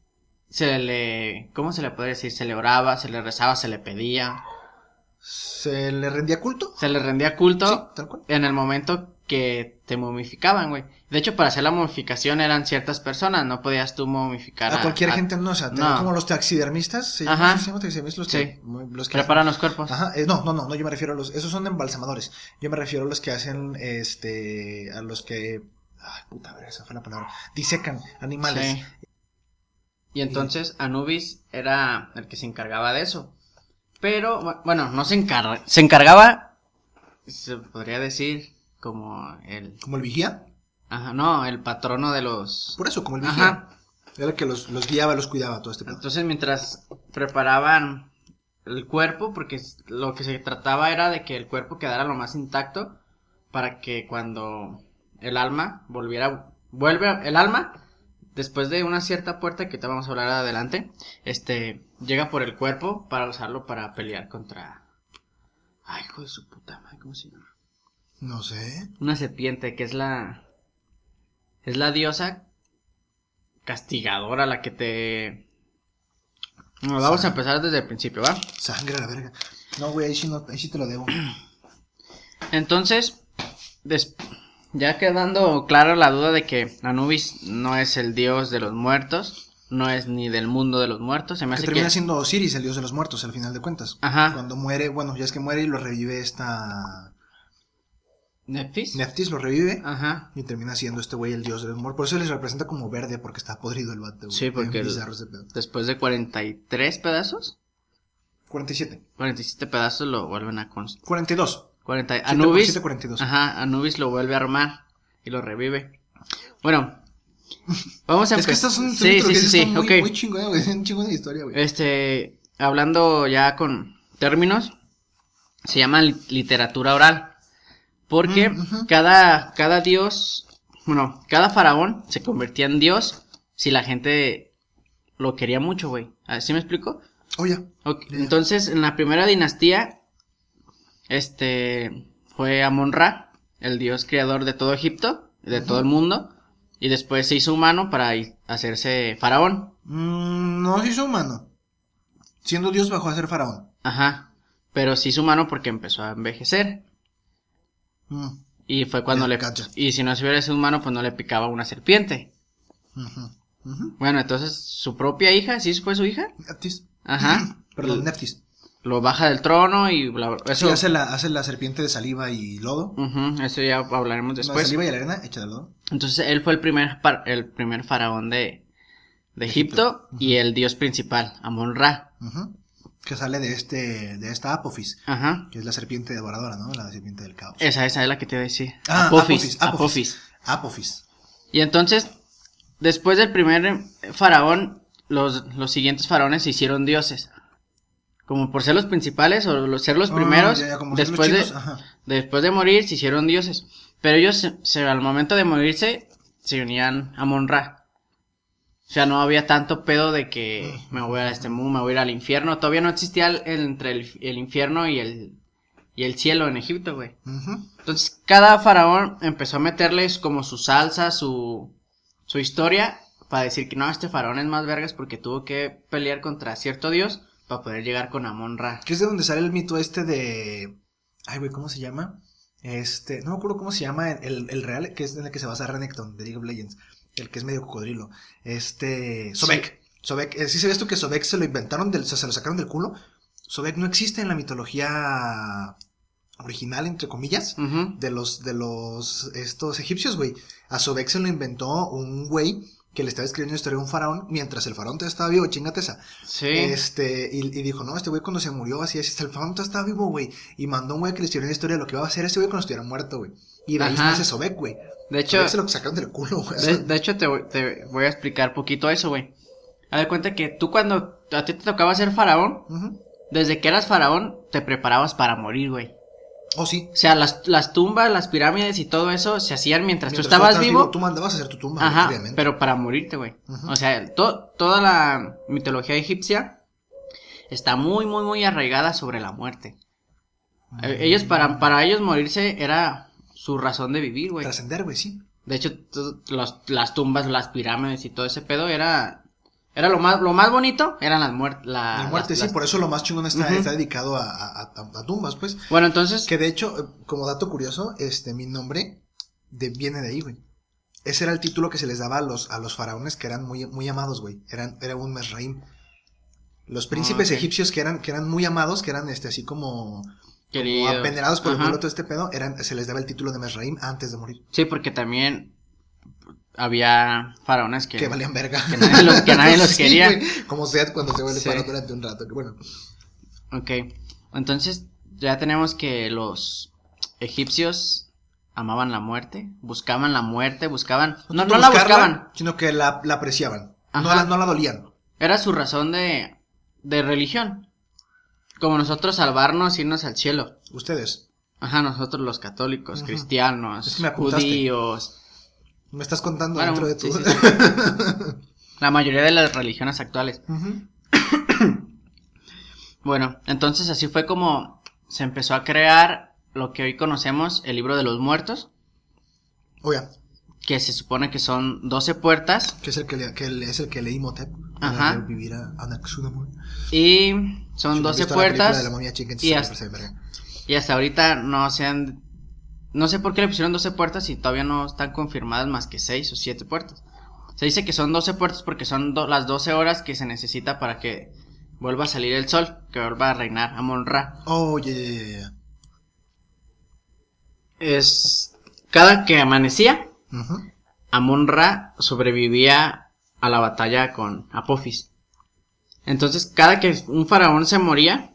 ¿cómo se le puede decir? Se le oraba, se le rezaba, se le pedía. ¿Se le rendía culto? Se le rendía culto, sí, tal cual, en el momento que te momificaban, güey. De hecho, para hacer la momificación eran ciertas personas, no podías tú momificar a cualquier gente, no, o sea, no. Como los taxidermistas, Ajá. ¿Se llaman taxidermistas? Los que preparan los cuerpos. Ajá, no, yo me refiero a esos son embalsamadores. Yo me refiero a los que hacen, a los que, ay, puta, a ver, esa fue la palabra, disecan animales. Sí. Y entonces Anubis era el que se encargaba de eso. Pero, bueno, no se encargaba, se podría decir, como el... ¿Como el vigía? Ajá, no, el patrono de los... Por eso, como el vigía. Ajá. Era el que los guiaba, los cuidaba, todo este pedo. Entonces, mientras preparaban el cuerpo, porque lo que se trataba era de que el cuerpo quedara lo más intacto, para que cuando el alma vuelve el alma... Después de una cierta puerta que te vamos a hablar adelante, llega por el cuerpo para usarlo para pelear contra... Ay, hijo de su puta madre, ¿cómo se llama? No sé. Una serpiente que es la diosa castigadora, la que te... Bueno, vamos a empezar desde el principio, ¿va? Sangre a la verga. No, güey, ahí sí te lo debo. Entonces, ya quedando clara la duda de que Anubis no es el dios de los muertos, no es ni del mundo de los muertos, se me hace que termina siendo Osiris el dios de los muertos al final de cuentas. Ajá. Cuando muere, bueno, ya es que muere y lo revive Neftis lo revive. Ajá. Y termina siendo este güey el dios de los muertos. Por eso les representa como verde, porque está podrido el vato. Sí, porque después de 43 pedazos. 47 pedazos lo vuelven a 42. Anubis, 42. Ajá, Anubis lo vuelve a armar y lo revive. Bueno, vamos a empezar. Es que estas son sí, muy chingón, güey, un chingón de historia, güey. Hablando ya con términos, se llama literatura oral, porque cada dios, bueno, cada faraón se convertía en dios si la gente lo quería mucho, güey. ¿Así me explico? Oh, ya. Okay. Entonces, en la primera dinastía fue Amon-Ra, el dios creador de todo Egipto, de todo el mundo, y después se hizo humano para hacerse faraón. No se hizo humano. Siendo dios bajó a ser faraón. Ajá, pero se hizo humano porque empezó a envejecer. Y fue cuando y si no se hubiera sido humano, pues no le picaba una serpiente. Bueno, entonces su propia hija, ¿sí fue su hija? Neftis. Ajá. Perdón, Neftis. Lo baja del trono y eso. Sí, hace la serpiente de saliva y lodo. Eso ya hablaremos después. La saliva y la arena hecha de lodo. Entonces él fue el primer faraón de Egipto y el dios principal, Amon-Ra. Que sale de esta Apophis. Ajá. Que es la serpiente devoradora, ¿no? La serpiente del caos. Esa es la que te iba a decir. Apophis. Y entonces, después del primer faraón, los siguientes faraones se hicieron dioses. Como por ser los principales o ser los primeros, después de morir se hicieron dioses. Pero ellos al momento de morirse se unían a Amon-Ra. O sea, no había tanto pedo de que me voy a me voy a ir al infierno. Todavía no existía entre el infierno y el cielo en Egipto, güey. Entonces cada faraón empezó a meterles como su salsa, su historia, para decir que no, este faraón es más vergas porque tuvo que pelear contra cierto dios para poder llegar con Amon-Ra. Que es de donde sale el mito de... Ay, güey, ¿cómo se llama? No me acuerdo cómo se llama el real, que es en el que se basa Renekton, de League of Legends. El que es medio cocodrilo. Sobek. Sí. Sobek, ¿sí sabías tú que Sobek se lo inventaron, o sea, se lo sacaron del culo? Sobek no existe en la mitología original, entre comillas, de los estos egipcios, güey. A Sobek se lo inventó un güey que le estaba escribiendo una historia de un faraón mientras el faraón todavía estaba vivo, chingate esa. Sí. Y dijo, no, este güey cuando se murió, así, el faraón todavía estaba vivo, güey. Y mandó un güey que le escribió una historia de lo que iba a hacer ese güey cuando estuviera muerto, güey. Y de ahí nace Sobek, güey. De hecho, Sobek se lo sacaron del culo, güey. De hecho, te voy a explicar poquito eso, güey. Haz de cuenta que tú cuando a ti te tocaba ser faraón, desde que eras faraón, te preparabas para morir, güey. Oh, sí. O sea, las tumbas, las pirámides y todo eso se hacían mientras tú estabas vivo. Tú mandabas a hacer tu tumba, ajá, obviamente. Pero para morirte, güey. O sea, toda la mitología egipcia está muy, muy, muy arraigada sobre la muerte. Ellos, para ellos morirse era su razón de vivir, güey. Trascender, güey, sí. De hecho, las tumbas, las pirámides y todo ese pedo era lo más bonito, eran las muertes. La muerte, sí, por eso lo más chingón está dedicado a tumbas, pues. Bueno, entonces. Que de hecho, como dato curioso, mi nombre viene de ahí, güey. Ese era el título que se les daba a los faraones que eran muy, muy amados, güey. Era un Mesraim. Los príncipes egipcios que eran muy amados, que eran así como apenerados por el pueblo, todo este pedo, se les daba el título de Mesraim antes de morir. Sí, porque también había faraones que valían verga. Que nadie los quería. Güey, como Seth cuando se vuelve faraón durante un rato. Bueno. Ok, entonces ya tenemos que los egipcios amaban la muerte, buscaban la muerte, no la buscaban, sino que la apreciaban. No la dolían. Era su razón de religión. Como nosotros salvarnos, irnos al cielo. Ustedes. Ajá, nosotros los católicos, cristianos, judíos. Me estás contando dentro de tu... Sí. La mayoría de las religiones actuales. Bueno, entonces así fue como se empezó a crear lo que hoy conocemos, el libro de los muertos. Que se supone que son 12 puertas. Que es el que leí Imhotep. Ajá. Vivir a Anaxunamur. Y son 12 puertas. De la momia y hasta ahorita no sé por qué le pusieron 12 puertas y todavía no están confirmadas más que 6 o 7 puertas. Se dice que son 12 puertas porque son las 12 horas que se necesita para que vuelva a salir el sol, que vuelva a reinar Amon-Ra. Oh, yeah. Cada que amanecía, Amon-Ra sobrevivía a la batalla con Apophis. Entonces, cada que un faraón se moría,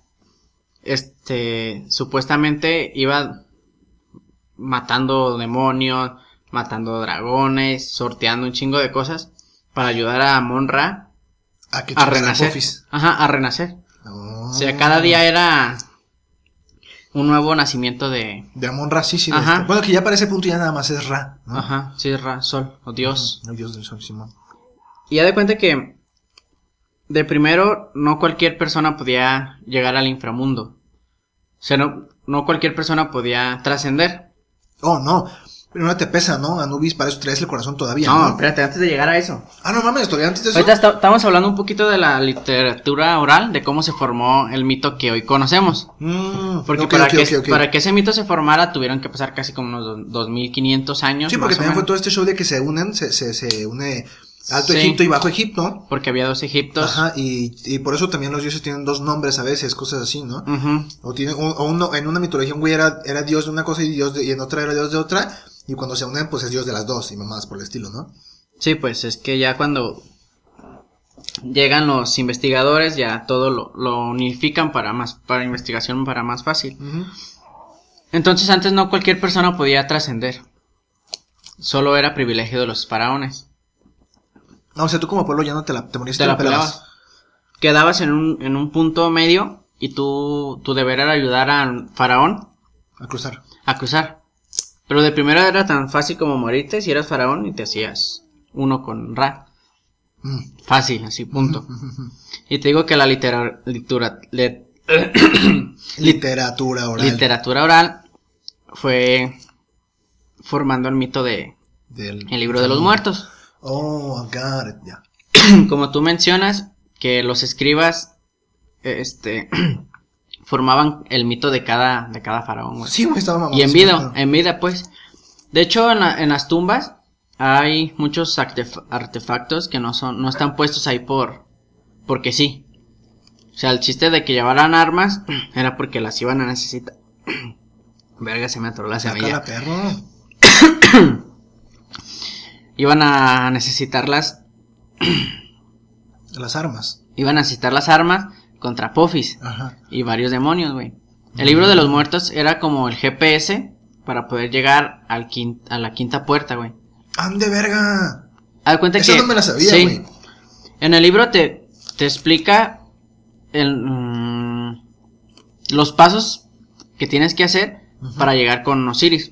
supuestamente iba matando demonios, matando dragones, sorteando un chingo de cosas para ayudar a Amon-Ra a renacer. A renacer. Oh. O sea, cada día era un nuevo nacimiento de Amon-Ra, sí. Bueno, que ya para ese punto ya nada más es Ra, ¿no? Ajá, sí, es Ra, sol, o Dios. El Dios del sol, Simón. Y ya de cuenta que de primero no cualquier persona podía llegar al inframundo. O sea, no cualquier persona podía trascender. Oh, no. Pero no te pesa, ¿no? Anubis, para eso traes el corazón todavía, ¿no? No, espérate, antes de llegar a eso. No mames, todavía antes de eso. Ahorita estamos hablando un poquito de la literatura oral, de cómo se formó el mito que hoy conocemos. Porque para que ese mito se formara tuvieron que pasar casi como unos 2500 años. Sí, porque también fue todo este show de que se unen, se une Alto Egipto y Bajo Egipto. Porque había 2 Egiptos. Ajá, y por eso también los dioses tienen 2 nombres a veces, cosas así, ¿no? O uno, en una mitología un güey era dios de una cosa y en otra era dios de otra. Y cuando se unen, pues es dios de las 2 y mamadas por el estilo, ¿no? Sí, pues es que ya cuando llegan los investigadores, ya todo lo unifican para investigación para más fácil. Entonces antes no cualquier persona podía trascender. Solo era privilegio de los faraones. No, o sea, tú como pueblo ya no te moriste, te la pelabas. Quedabas en un punto medio y tu deber era ayudar al faraón a cruzar. Pero de primero era tan fácil como morirte si eras faraón y te hacías uno con Ra. Fácil, así, punto. Y te digo que la literatura oral fue formando el mito del libro de los muertos. Oh, I got it, ya. Como tú mencionas, que los escribas formaban el mito de cada faraón, güey. Sí, güey, estaba mamón. Y en vida, pues. De hecho, en las tumbas hay muchos artefactos que no están puestos ahí porque sí. O sea, el chiste de que llevaran armas era porque las iban a necesitar. Verga, se me atoró la semilla. Sácala, perro. Iban a necesitarlas. Las armas. Iban a necesitar las armas contra Apophis. Ajá. Y varios demonios, güey. El libro de los muertos era como el GPS para poder llegar a la quinta puerta, güey. ¡Ande verga! Haz cuenta Esa que no me la sabía, güey. Sí. En el libro te explica los pasos que tienes que hacer para llegar con Osiris.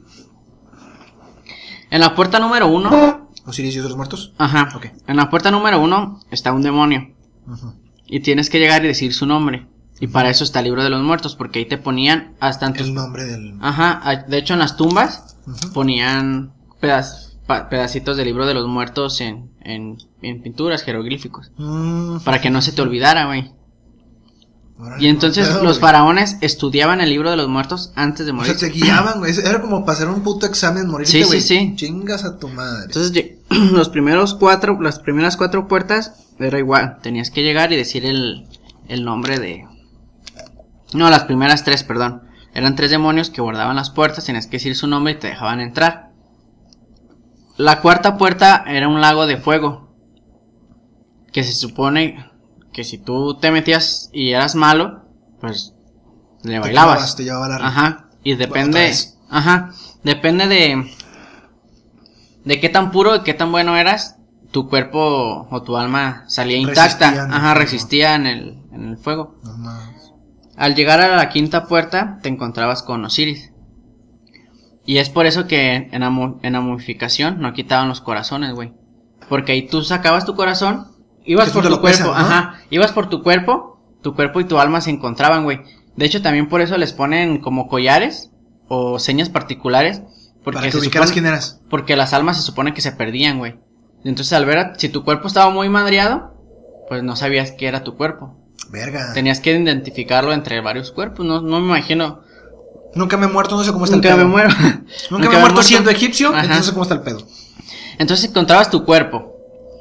En la puerta número 1. ¿Osiris y otros muertos? Ajá. Okay. En la puerta número 1 está un demonio. Y tienes que llegar y decir su nombre. Y para eso está el libro de los muertos, porque ahí te ponían hasta el nombre del... Ajá, de hecho en las tumbas ponían pedacitos del libro de los muertos en pinturas, jeroglíficos. Para que no se te olvidara, güey. Y entonces los faraones estudiaban el libro de los muertos antes de morir. O sea, te guiaban, güey. Era como pasar un puto examen, morirte, güey. Sí. Chingas a tu madre. Entonces, las primeras 4 puertas era igual. Tenías que llegar y decir el nombre de... No, las primeras 3, perdón. Eran 3 demonios que guardaban las puertas. Tenías que decir su nombre y te dejaban entrar. La cuarta puerta era un lago de fuego. Que se supone que si tú te metías y eras malo, pues le bailabas. Te llevaba la risa. Ajá. Y depende. Ajá. Depende de qué tan puro y qué tan bueno eras. Tu cuerpo o tu alma salía intacta. Resistía en el fuego. Al llegar a la quinta puerta, te encontrabas con Osiris. Y es por eso que en la momificación no quitaban los corazones, güey. Porque ahí tú sacabas tu corazón, ibas por tu cuerpo, ¿no? Ibas por tu cuerpo y tu alma se encontraban, güey. De hecho, también por eso les ponen como collares o señas particulares. Porque para que ubicaras quién eras. Porque las almas se supone que se perdían, güey. Entonces, al ver, si tu cuerpo estaba muy madreado, pues no sabías que era tu cuerpo. Verga. Tenías que identificarlo entre varios cuerpos, no me imagino. Nunca me he muerto, no sé cómo está el pedo. Nunca me he muerto siendo egipcio, entonces no sé cómo está el pedo. Entonces encontrabas tu cuerpo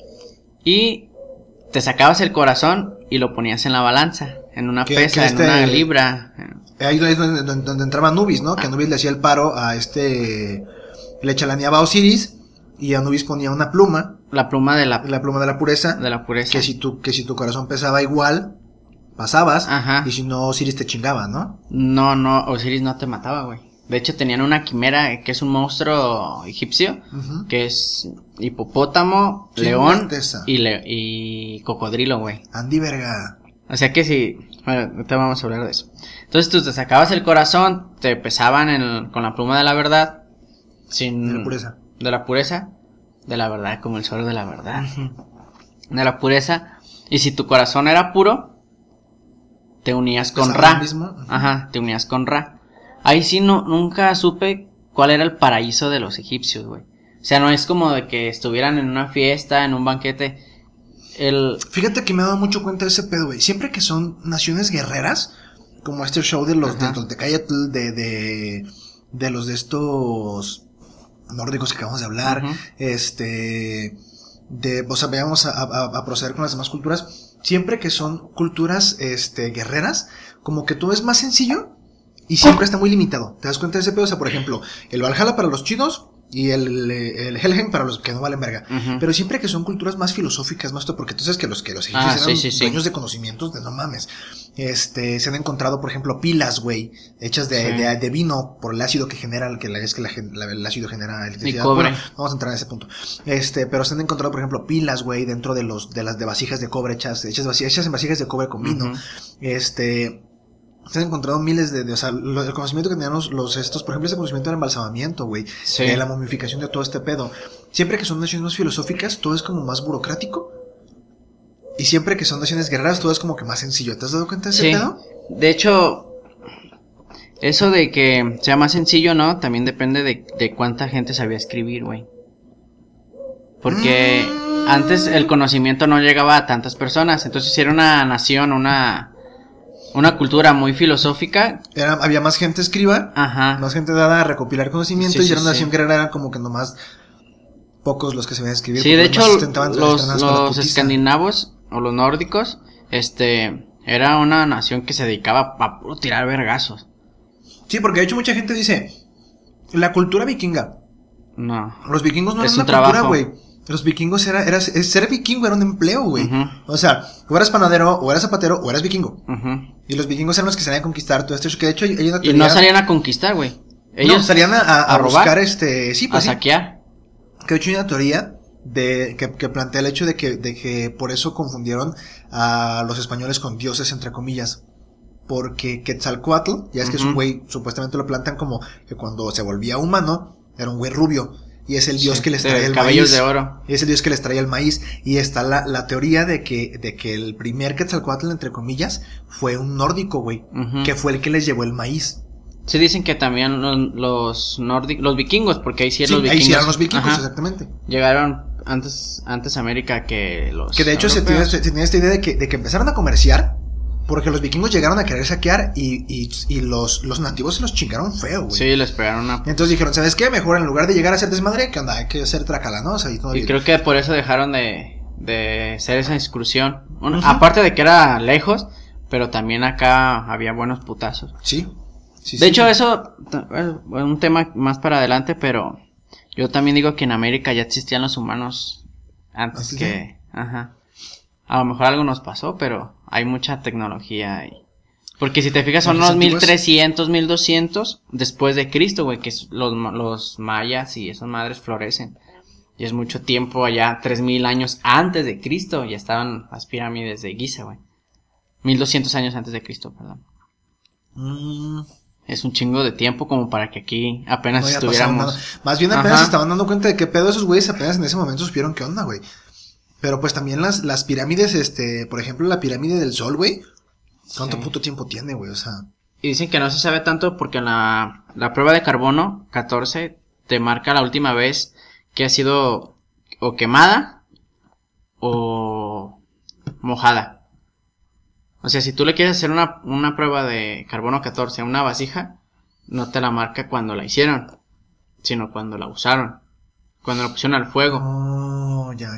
y te sacabas el corazón y lo ponías en la balanza, en una pesa, en una libra. Ahí es donde entraba Anubis, ¿no? Que Anubis le hacía el paro a le chalaneaba a Osiris y Anubis ponía una pluma. La pluma de la pureza. De la pureza. Que si tu corazón pesaba igual, pasabas. Ajá. Y si no, Osiris te chingaba, ¿no? No, Osiris no te mataba, güey. De hecho, tenían una quimera que es un monstruo egipcio, que es hipopótamo, león y cocodrilo, güey. Andy verga. O sea que si... Bueno, ahorita vamos a hablar de eso. Entonces tú te sacabas el corazón, te pesaban con la pluma de la verdad, de la pureza. De la pureza, de la verdad, como el suelo de la verdad. De la pureza. Y si tu corazón era puro, te unías con Ra. Mismo. Ajá, te unías con Ra. Ahí sí nunca supe cuál era el paraíso de los egipcios, güey. O sea, no es como de que estuvieran en una fiesta, en un banquete. Fíjate que me he dado mucho cuenta de ese pedo, güey. Siempre que son naciones guerreras, como este show de los del Toltecayatl, de los de estos nórdicos que acabamos de hablar, o sea, vayamos a proceder con las demás culturas. Siempre que son culturas, guerreras, como que todo es más sencillo y siempre está muy limitado. ¿Te das cuenta de ese pedo? O sea, por ejemplo, el Valhalla para los chidos y el Helheim para los que no valen verga. Pero siempre que son culturas más filosóficas, más todo, porque tú sabes que los egipcios eran dueños de conocimientos de no mames. Se han encontrado, por ejemplo, pilas, güey, hechas de vino por el ácido que genera, el ácido genera electricidad. Cobre. Bueno, vamos a entrar en ese punto. Pero se han encontrado, por ejemplo, pilas, güey, dentro de las vasijas de cobre hechas en vasijas de cobre con vino. Se han encontrado miles o sea, el conocimiento que tenían estos, por ejemplo, ese conocimiento del embalsamamiento, güey, de la momificación de todo este pedo. Siempre que son naciones más filosóficas, todo es como más burocrático. Y siempre que son naciones guerreras, todo es como que más sencillo. ¿Te has dado cuenta de ese pedo? De hecho, eso de que sea más sencillo, ¿no? También depende de cuánta gente sabía escribir, güey. Porque antes el conocimiento no llegaba a tantas personas. Entonces, si era una nación, una cultura muy filosófica. Había más gente escriba, Ajá. Más gente dada a recopilar conocimiento, Sí, y era una nación sí. guerrera, eran como que nomás pocos los que se veían escribir. Sí, de hecho, los los escandinavos o los nórdicos, era una nación que se dedicaba a puro tirar vergazos. Sí, porque de hecho mucha gente dice, la cultura vikinga. No. Los vikingos no Es eran un una cultura, trabajo. güey. Los vikingos ser vikingo era un empleo, güey. Ujú. O sea, o eras panadero, o eras zapatero, o eras vikingo. Ujú. Y los vikingos eran los que salían a conquistar todo esto. Que de hecho hay una Y teoría. no salían a conquistar, güey. Ellos no, salían a robar, buscar sí, a pues sí. saquear. Que de hecho hay una teoría que plantea el hecho de que por eso confundieron a los españoles con dioses, entre comillas. Porque Quetzalcóatl, ya es que es un güey, supuestamente lo plantan como que cuando se volvía humano, era un güey rubio. Y es el dios que les trae el cabellos maíz. de oro. Es el dios que les trae el maíz. Y está la teoría de que el primer Quetzalcóatl, entre comillas, fue un nórdico, güey. Ujú. Que fue el que les llevó el maíz. Sí dicen que también los nórdicos, los vikingos, porque ahí sí, los vikingos. Ahí sí eran los vikingos, Ajá, exactamente. llegaron antes a América que los Que de hecho se tiene esta idea de que empezaron a comerciar. Porque los vikingos llegaron a querer saquear y los nativos se los chingaron feo, güey. Sí, les pegaron una... Entonces dijeron, ¿sabes qué? Mejor en lugar de llegar a hacer desmadre, ¿qué onda? Hay que hacer trácala, ¿no? O sea, Y creo que por eso dejaron de hacer esa excursión. Bueno, Ujú. aparte de que era lejos, pero también acá había buenos putazos. Sí. De hecho, eso es un tema más para adelante, pero yo también digo que en América ya existían los humanos antes ¿Sí? que... Ajá. A lo mejor algo nos pasó, pero hay mucha tecnología ahí. Porque si te fijas son unos 1300, 1200 después de Cristo, güey, que los mayas y esas madres florecen. Y es mucho tiempo allá, 3000 años antes de Cristo, ya estaban las pirámides de Giza, güey. 1200 años antes de Cristo, perdón. Es un chingo de tiempo como para que aquí apenas estuviéramos. Más bien apenas se estaban dando cuenta de qué pedo esos güeyes, apenas en ese momento supieron qué onda, güey. Pero pues también las pirámides, por ejemplo, la pirámide del Sol, güey. ¿Cuánto puto tiempo tiene, güey? O sea. Y dicen que no se sabe tanto porque en la prueba de carbono 14 te marca la última vez que ha sido o quemada o mojada. O sea, si tú le quieres hacer una prueba de carbono 14 a una vasija, no te la marca cuando la hicieron, sino cuando la usaron. Cuando la pusieron al fuego. Oh, ya.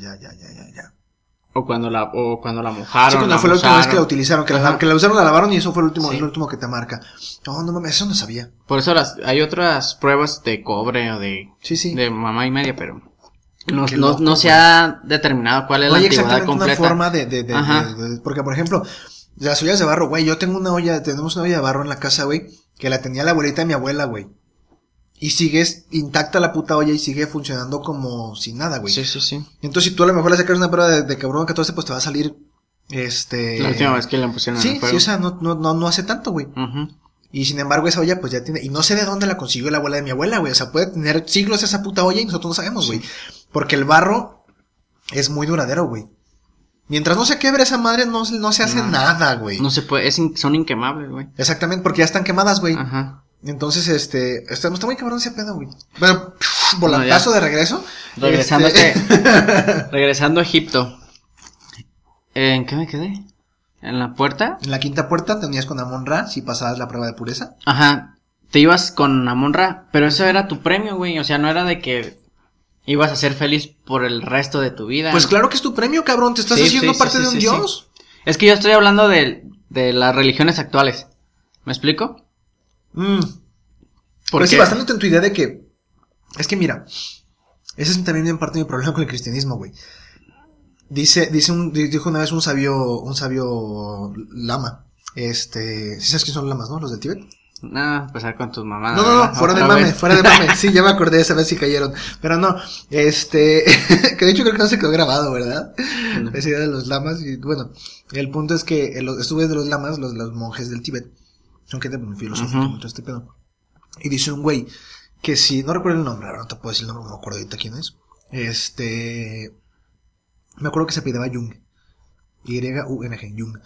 O cuando la mojaron. Sí, cuando fue la última vez que la utilizaron, que la usaron, la lavaron y eso fue el último que te marca. No mames, eso no sabía. Por eso hay otras pruebas de cobre o de mamá y media, pero no se ha determinado cuál es la antigüedad completa. Una forma de porque por ejemplo, las ollas de barro, güey, tenemos una olla de barro en la casa, güey, que la tenía la abuelita de mi abuela, güey. Y sigues intacta la puta olla y sigue funcionando como sin nada, güey. Sí. Entonces, si tú a lo mejor le sacas una prueba de carbono 14, pues te va a salir, la última vez que la pusieron en el fuego. Sí, o sea, no hace tanto, güey. Uh-huh. Y sin embargo, esa olla, pues ya tiene... Y no sé de dónde la consiguió la abuela de mi abuela, güey. O sea, puede tener siglos esa puta olla y nosotros no sabemos, güey. Porque el barro es muy duradero, güey. Mientras no se quebre esa madre, no se hace nada, güey. No se puede, son inquemables, güey. Exactamente, porque ya están quemadas, güey. Ajá. Entonces, está muy cabrón ese pedo, güey. Bueno, volantazo de regreso. Regresando a Egipto. ¿En qué me quedé? ¿En la puerta? En la quinta puerta te unías con Amon-Ra si pasabas la prueba de pureza. Ajá. Te ibas con Amon-Ra, pero eso era tu premio, güey. O sea, no era de que ibas a ser feliz por el resto de tu vida. Pues claro que es tu premio, cabrón. Te estás haciendo parte de un dios. Sí. Es que yo estoy hablando de las religiones actuales. ¿Me explico? Pues sí, basándote en tu idea de que... Es que mira, ese es también en parte mi problema con el cristianismo, güey. Dijo una vez un sabio lama. ¿Sí sabes quién son los lamas, no? Los del Tíbet. No, empezar con tus mamadas. No, fuera de mame. Sí, ya me acordé esa vez si cayeron. Pero no, que de hecho creo que no se quedó grabado, ¿verdad? No. Esa idea de los lamas. Y bueno, el punto es que estuve de los lamas, los monjes del Tíbet. Son gente muy filosófica, todo este pedo. Y dice un güey que si, no recuerdo el nombre, ahora no te puedo decir el nombre, no me acuerdo ahorita quién es. Me acuerdo que se apellidaba Jung. Y-U-N-G, Jung.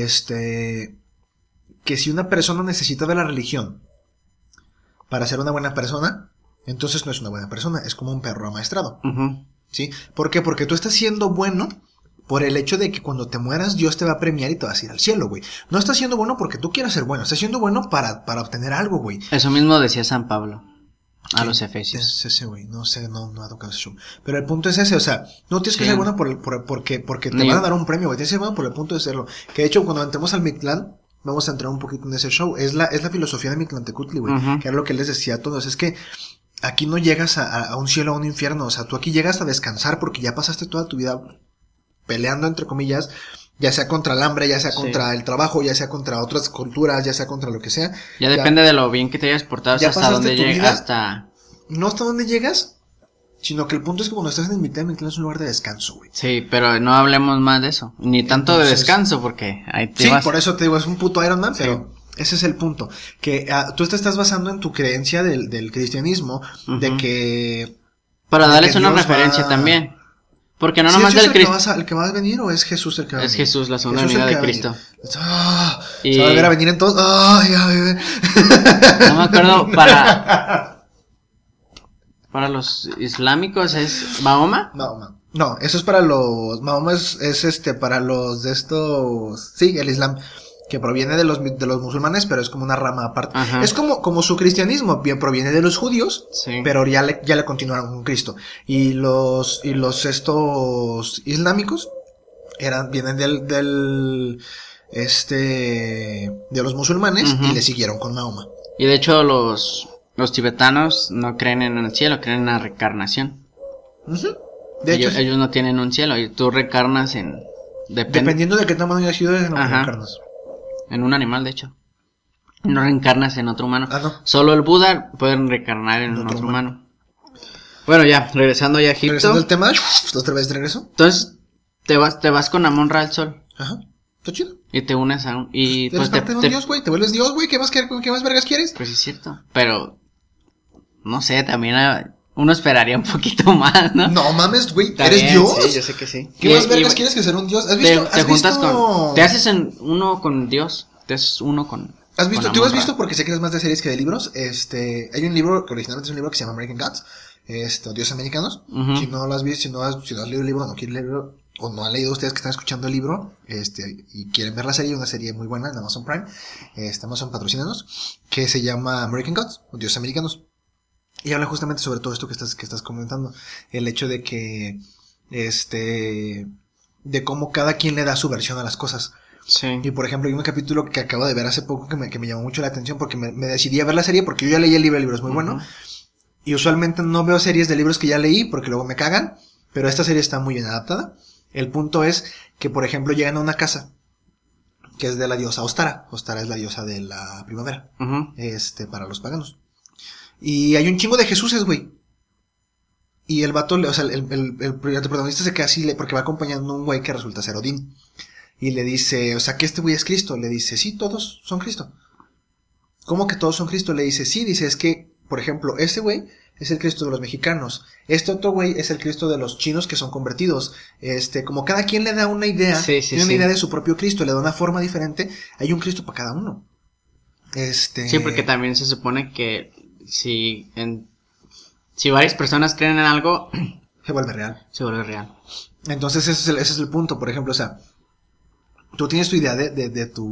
Que si una persona necesita de la religión para ser una buena persona, entonces no es una buena persona, es como un perro amaestrado. Uh-huh. ¿Sí? ¿Por qué? Porque tú estás siendo bueno por el hecho de que cuando te mueras Dios te va a premiar y te vas a ir al cielo, güey. No estás siendo bueno porque tú quieras ser bueno, estás siendo bueno para obtener algo, güey. Eso mismo decía San Pablo a los Efesios. Es ese, güey, no sé, no ha tocado ese show. Pero el punto es ese, o sea, no tienes que ser bueno porque te van a dar un premio, güey. Tienes que ser bueno por el punto de serlo. Que de hecho, cuando entremos al Mictlán, vamos a entrar un poquito en ese show. Es la filosofía de Mictlantecutli, güey. Que era lo que les decía a todos. Es que aquí no llegas a un cielo o a un infierno. O sea, tú aquí llegas a descansar porque ya pasaste toda tu vida peleando, entre comillas, ya sea contra el hambre, ya sea contra el trabajo, ya sea contra otras culturas, ya sea contra lo que sea. Ya depende de lo bien que te hayas portado, hasta dónde llegas, no hasta dónde llegas, sino que el punto es que cuando estás en el Mictlán es un lugar de descanso, güey. Sí, pero no hablemos más de eso, ni tanto de descanso, porque ahí te vas. Sí, por eso te digo, es un puto Iron Man, pero ese es el punto, que tú te estás basando en tu creencia del cristianismo, de que... Para darles una referencia también. Porque no nomás del Cristo. ¿El que va a venir o es Jesús el que va a venir? Es Jesús, la segunda venida de Cristo. Se va a ver a venir entonces. No me acuerdo, para los islámicos es Mahoma. Mahoma. No, eso es para los... Mahoma es para los de estos... Sí, el Islam, que proviene de los musulmanes, pero es como una rama aparte. Ajá. Es como su cristianismo, bien proviene de los judíos, pero ya le continuaron con Cristo. Y los estos islámicos vienen de los musulmanes y le siguieron con Mahoma. Y de hecho los tibetanos no creen en el cielo, creen en la reencarnación. De hecho, ellos no tienen un cielo y tú reencarnas en... Dependiendo de qué tamaño hayas sido, es en lo que reencarnas. En un animal, de hecho. No reencarnas en otro humano. No. Solo el Buda puede reencarnar en otro humano. Bueno, ya, regresando ya a Egipto. Regresando al tema, otra vez de regreso. Entonces, te vas con Amon-Ra al sol. Ajá, está chido. Y te unes a un... Y pues parte de un dios, güey, te vuelves dios, güey, ¿qué más vergas quieres? Pues es cierto, pero... No sé, también... Uno esperaría un poquito más, ¿no? No mames, güey, ¿eres Dios? Sí, yo sé que sí. ¿Qué más vergas quieres que ser un Dios? ¿Has visto? Te juntas con... Te haces uno con Dios. Te haces uno con... ¿Has visto? ¿Tú has visto? Porque sé que eres más de series que de libros. Hay un libro, que originalmente es un libro que se llama American Gods. Dioses Americanos. Si no lo has visto, si no has leído el libro, no quieres leerlo, o no han leído ustedes que están escuchando el libro, y quieren ver la serie, una serie muy buena en Amazon Prime. Amazon patrocínanos, que se llama American Gods, o Dioses Americanos. Y habla justamente sobre todo esto que estás comentando. El hecho de que, de cómo cada quien le da su versión a las cosas. Sí. Y por ejemplo, hay un capítulo que acabo de ver hace poco que me llamó mucho la atención porque me decidí a ver la serie porque yo ya leí el libro es muy bueno. Y usualmente no veo series de libros que ya leí porque luego me cagan, pero esta serie está muy bien adaptada. El punto es que, por ejemplo, llegan a una casa que es de la diosa Ostara. Ostara es la diosa de la primavera, para los paganos. Y hay un chingo de Jesuses, güey. Y el vato, o sea, el protagonista se queda así porque va acompañando a un güey que resulta ser Odín. Y le dice, o sea, que este güey es Cristo. Le dice, sí, todos son Cristo. ¿Cómo que todos son Cristo? Le dice, sí, dice, es que, por ejemplo, ese güey es el Cristo de los mexicanos. Este otro güey es el Cristo de los chinos que son convertidos. Como cada quien le da una idea, tiene una idea de su propio Cristo, le da una forma diferente, hay un Cristo para cada uno. Sí, porque también se supone que si varias personas creen en algo, se vuelve real. Entonces ese es el punto, por ejemplo, o sea, tú tienes tu idea de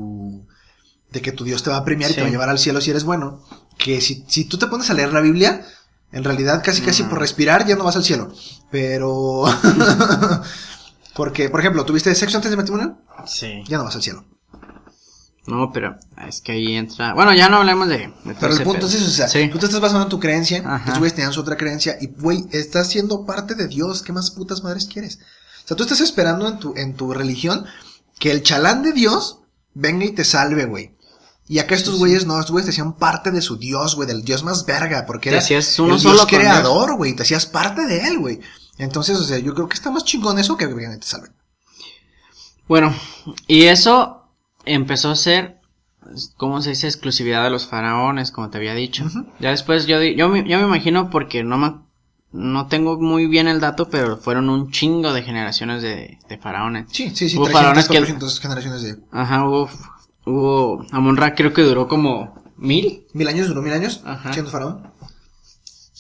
que tu Dios te va a premiar y te va a llevar al cielo si eres bueno, que si tú te pones a leer la Biblia, en realidad casi por respirar ya no vas al cielo, pero porque, por ejemplo, ¿tuviste sexo antes de matrimonio? Sí. Ya no vas al cielo. No, pero es que ahí entra... Bueno, ya no hablemos de pero el punto es eso, o sea, tú te estás basando en tu creencia, estos güeyes tenían su otra creencia, y güey, estás siendo parte de Dios, ¿qué más putas madres quieres? O sea, tú estás esperando en tu religión que el chalán de Dios venga y te salve, güey. Y acá estos güeyes no, estos güeyes te hacían parte de su Dios, güey, del Dios más verga, porque era el Dios creador, güey, te hacías parte de él, güey. Entonces, o sea, yo creo que está más chingón eso que vengan y te salven. Bueno, y eso empezó a ser, ¿cómo se dice? Exclusividad de los faraones, como te había dicho. Ya después yo me imagino, porque no tengo muy bien el dato, pero fueron un chingo de generaciones de faraones. Sí, hubo 300, faraones 400 generaciones de... Ajá, hubo Amon-Ra, creo que duró como 1000. ¿1000 años? ¿Duró 1000 años? Ajá. Siendo faraón.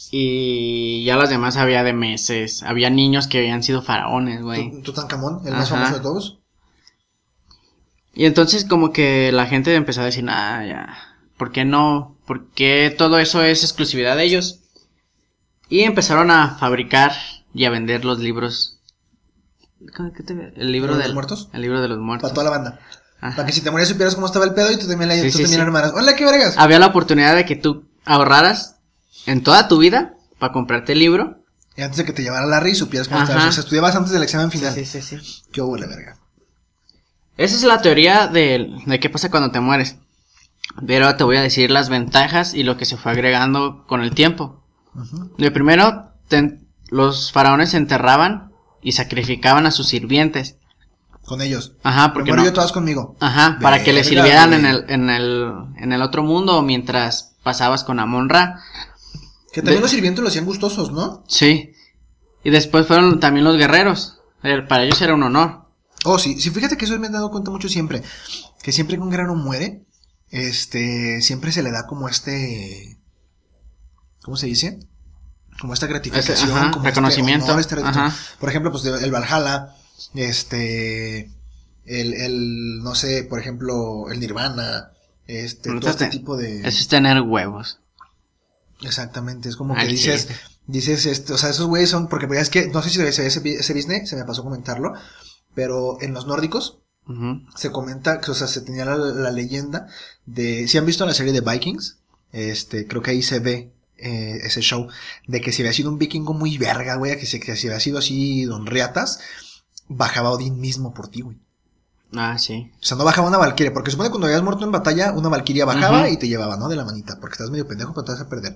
Y ya las demás había de meses. Había niños que habían sido faraones, güey. Tutankamón, el más famoso de todos. Y entonces como que la gente empezó a decir, ya, ¿por qué no? ¿Por qué todo eso es exclusividad de ellos? Y empezaron a fabricar y a vender los libros. ¿El libro de los muertos? El libro de los muertos. Para toda la banda. Ajá. Para que si te morías supieras cómo estaba el pedo y tú también hermanas. Hola, qué vergas. Había la oportunidad de que tú ahorraras en toda tu vida para comprarte el libro. Y antes de que te llevara Larry supieras cómo estabas. O sea, estudiabas antes del examen final. Sí. Qué hubo la verga. Esa es la teoría de qué pasa cuando te mueres. Pero ahora te voy a decir las ventajas y lo que se fue agregando con el tiempo. De primero, los faraones se enterraban y sacrificaban a sus sirvientes. Con ellos. Ajá, porque yo todas conmigo. Ajá, para que le sirvieran en el otro mundo mientras pasabas con Amon-Ra. Que también los sirvientes lo hacían gustosos, ¿no? Sí. Y después fueron también los guerreros. Para ellos era un honor. Oh, sí, fíjate que eso me he dado cuenta mucho siempre. Que siempre que un guerrero muere, siempre se le da como ¿cómo se dice? Como esta gratificación, como reconocimiento. Honor, por ejemplo, pues el Valhalla, no sé, por ejemplo, el Nirvana, todo este tipo de... Eso es tener huevos. Exactamente, es como que dices, o sea, esos güeyes son, porque es que, no sé si se ve ese business, se me pasó comentarlo, pero en los nórdicos, se comenta, o sea, se tenía la leyenda de, si han visto la serie de Vikings, creo que ahí se ve, ese show, de que si había sido un vikingo muy verga, güey, que si había sido así Don Riatas, bajaba Odín mismo por ti, güey. Ah, sí. O sea, no bajaba una valquiria, porque supone que cuando habías muerto en batalla, una valquiria bajaba y te llevaba, ¿no? De la manita, porque estás medio pendejo, pero te vas a perder.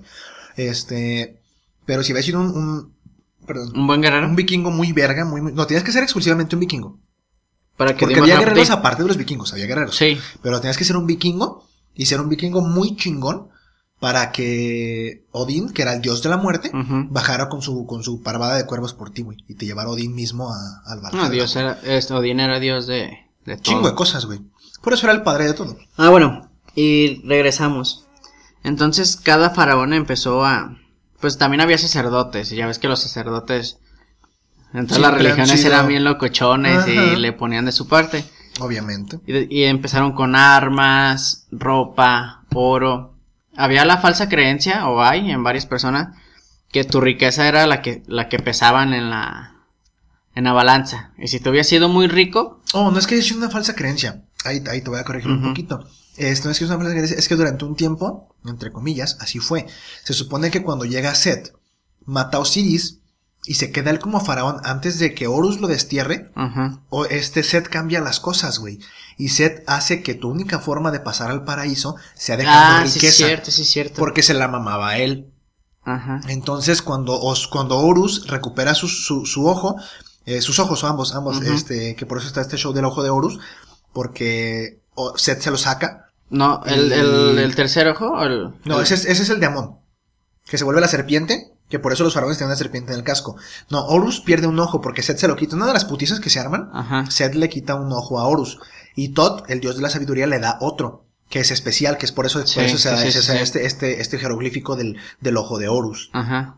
Pero si había sido un buen guerrero. Un vikingo muy verga, no, tenías que ser exclusivamente un vikingo. Porque Dios había guerreros aparte de los vikingos, había guerreros. Sí. Pero tenías que ser un vikingo, y ser un vikingo muy chingón, para que Odín, que era el dios de la muerte, bajara con su parvada de cuervos por ti, güey, y te llevara Odín mismo al Valhalla. No, Odín era dios de todo. Chingo de cosas, güey. Por eso era el padre de todo. Ah, bueno, y regresamos. Entonces cada faraón empezó pues también había sacerdotes, y ya ves que los sacerdotes en todas las religiones eran bien locochones. Ajá. Y le ponían de su parte. Obviamente. Y empezaron con armas, ropa, oro. Había la falsa creencia, o hay en varias personas, que tu riqueza era la que pesaban en la balanza. Y si tú hubieras sido muy rico... Oh, no es que es una falsa creencia. Ahí te voy a corregir un poquito. No es que es una falsa creencia, es que durante un tiempo, entre comillas, así fue. Se supone que cuando llega Set, mata a Osiris y se queda él como faraón antes de que Horus lo destierre. O Set cambia las cosas, güey. Y Set hace que tu única forma de pasar al paraíso sea dejando riqueza. Sí, es cierto. Porque se la mamaba a él. Ajá. Entonces, cuando Horus recupera su ojo, sus ojos, ambos, que por eso está este show del ojo de Horus, porque Set se lo saca. No, el tercer ojo. No, ese es el de Amón, que se vuelve la serpiente, que por eso los faraones tienen una serpiente en el casco. No, Horus pierde un ojo porque Set se lo quita. Una de las putizas que se arman, Set le quita un ojo a Horus. Y Tot, el dios de la sabiduría, le da otro, que es especial, que es por eso se da este jeroglífico del ojo de Horus. Ajá.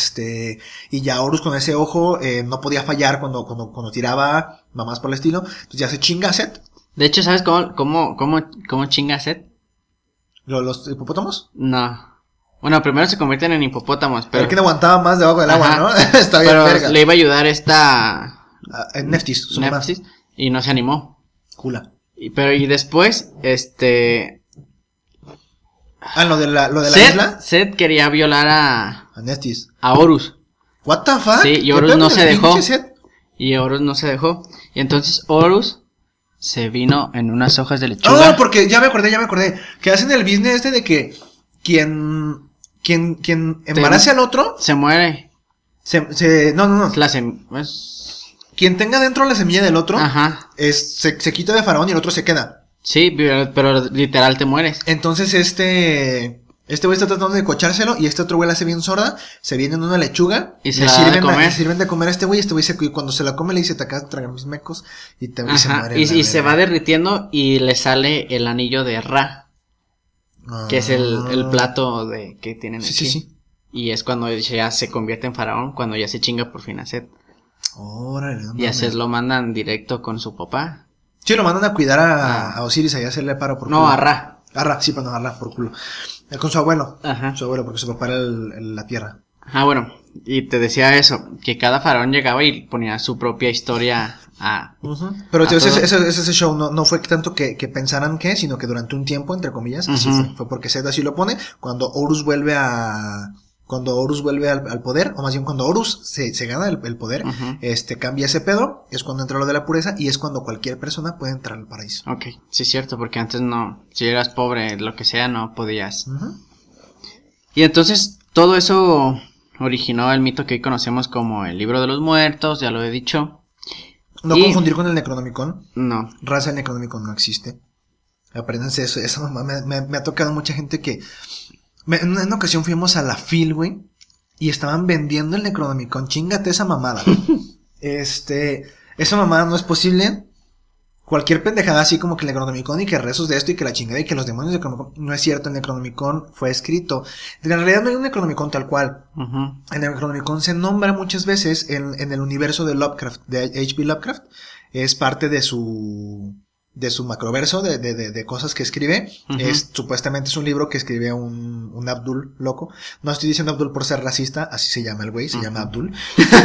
Y ya Horus con ese ojo no podía fallar cuando tiraba mamás por el estilo. Entonces ya se chinga a Set. De hecho, ¿sabes cómo chinga a Set? ¿Los hipopótamos? No. Bueno, primero se convierten en hipopótamos, pero... El que no aguantaba más debajo del agua, ¿no? Está bien, pero verga. Le iba a ayudar esta... Neftis, su mamá. Y no se animó. Cula. Y después, lo de la isla. Set quería violar a Neftis. A Horus. What the fuck? Sí, y Horus no se dejó. Y entonces Horus se vino en unas hojas de lechuga. Oh, porque ya me acordé. Que hacen el business de que quien embarace al otro se muere. No. Quien tenga dentro la semilla del otro, se quita de faraón y el otro se queda. Sí, pero literal te mueres. Entonces este güey está tratando de cochárselo y este otro güey la hace bien sorda, se viene en una lechuga y se le sirven de comer a este güey cuando se la come le dice, te acabas de tragar mis mecos y se muere. Y se va derritiendo y le sale el anillo de Ra, que es el plato que tienen aquí. Sí. Y es cuando ya se convierte en faraón, cuando ya se chinga por fin a Set. Órale, no y a Set lo mandan directo con su papá. Sí, lo mandan a cuidar a Osiris, allá hacerle paro por culo. No, a Ra. A Ra, sí, pero no, a Ra por culo. Con su abuelo. Ajá. Su abuelo, porque su papá era la tierra. Ah, bueno, y te decía eso, que cada faraón llegaba y ponía su propia historia a... Pero ese show no fue tanto que pensaran que, sino que durante un tiempo, entre comillas, así fue porque Set así lo pone, cuando Horus vuelve al poder, o más bien cuando Horus se gana el poder, cambia ese pedo, es cuando entra lo de la pureza, y es cuando cualquier persona puede entrar al paraíso. Ok, sí es cierto, porque antes no, si eras pobre, lo que sea, no podías. Y entonces, todo eso originó el mito que hoy conocemos como el Libro de los Muertos, ya lo he dicho. No confundir con el Necronomicon. No. Raza del Necronomicon no existe. Apréndanse eso. Esa mamá me ha tocado mucha gente que... En una ocasión fuimos a la FIL, güey, y estaban vendiendo el Necronomicon. Chíngate esa mamada. Esa mamada no es posible. Cualquier pendejada así como que el Necronomicon y que rezos de esto y que la chingada y que los demonios de Necronomicon, no es cierto. El Necronomicon fue escrito. En realidad no hay un Necronomicon tal cual. El Necronomicon se nombra muchas veces en el universo de Lovecraft, de H.P. Lovecraft. Es parte de su macroverso de cosas que escribe. Supuestamente es un libro que escribe un Abdul loco. No estoy diciendo Abdul por ser racista, así se llama el güey, se llama Abdul.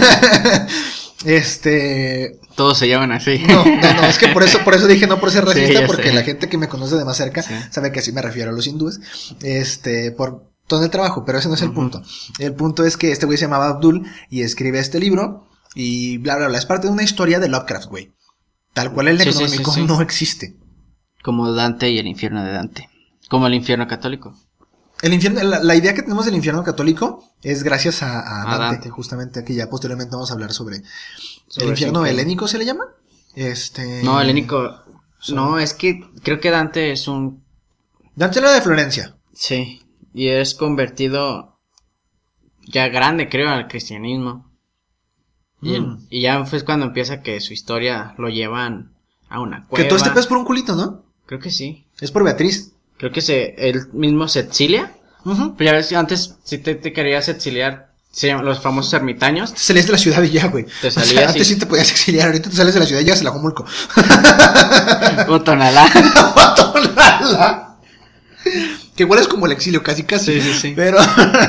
Todos se llaman así. No, es que por eso dije no por ser racista, porque sé. La gente que me conoce de más cerca sabe que así me refiero a los hindúes. Por todo el trabajo, pero ese no es el punto. El punto es que este güey se llamaba Abdul y escribe este libro y bla bla bla. Es parte de una historia de Lovecraft, güey. Tal cual el Necronomicon no existe. Como Dante y el infierno de Dante. Como el infierno católico. El infierno, la idea que tenemos del infierno católico es gracias a Dante, justamente, que ya posteriormente vamos a hablar sobre el infierno helénico, ¿se le llama? No, helénico. No, es que creo que Dante es un... Dante era de Florencia. Sí, y es convertido ya grande, creo, al cristianismo. Y ya fue cuando empieza que su historia lo llevan a una cueva. Que todo este pedo es por un culito, ¿no? Creo que sí. Es por Beatriz. Creo que él mismo se exilia. Pero ya ves, antes si te querías exiliar, los famosos ermitaños. Te salías de la ciudad y ya, güey. Te salías antes sí te podías exiliar, ahorita te sales de la ciudad y llegas a Tlajomulco. O Tonalá. Tonalá. Que igual es como el exilio, casi. Sí. Pero...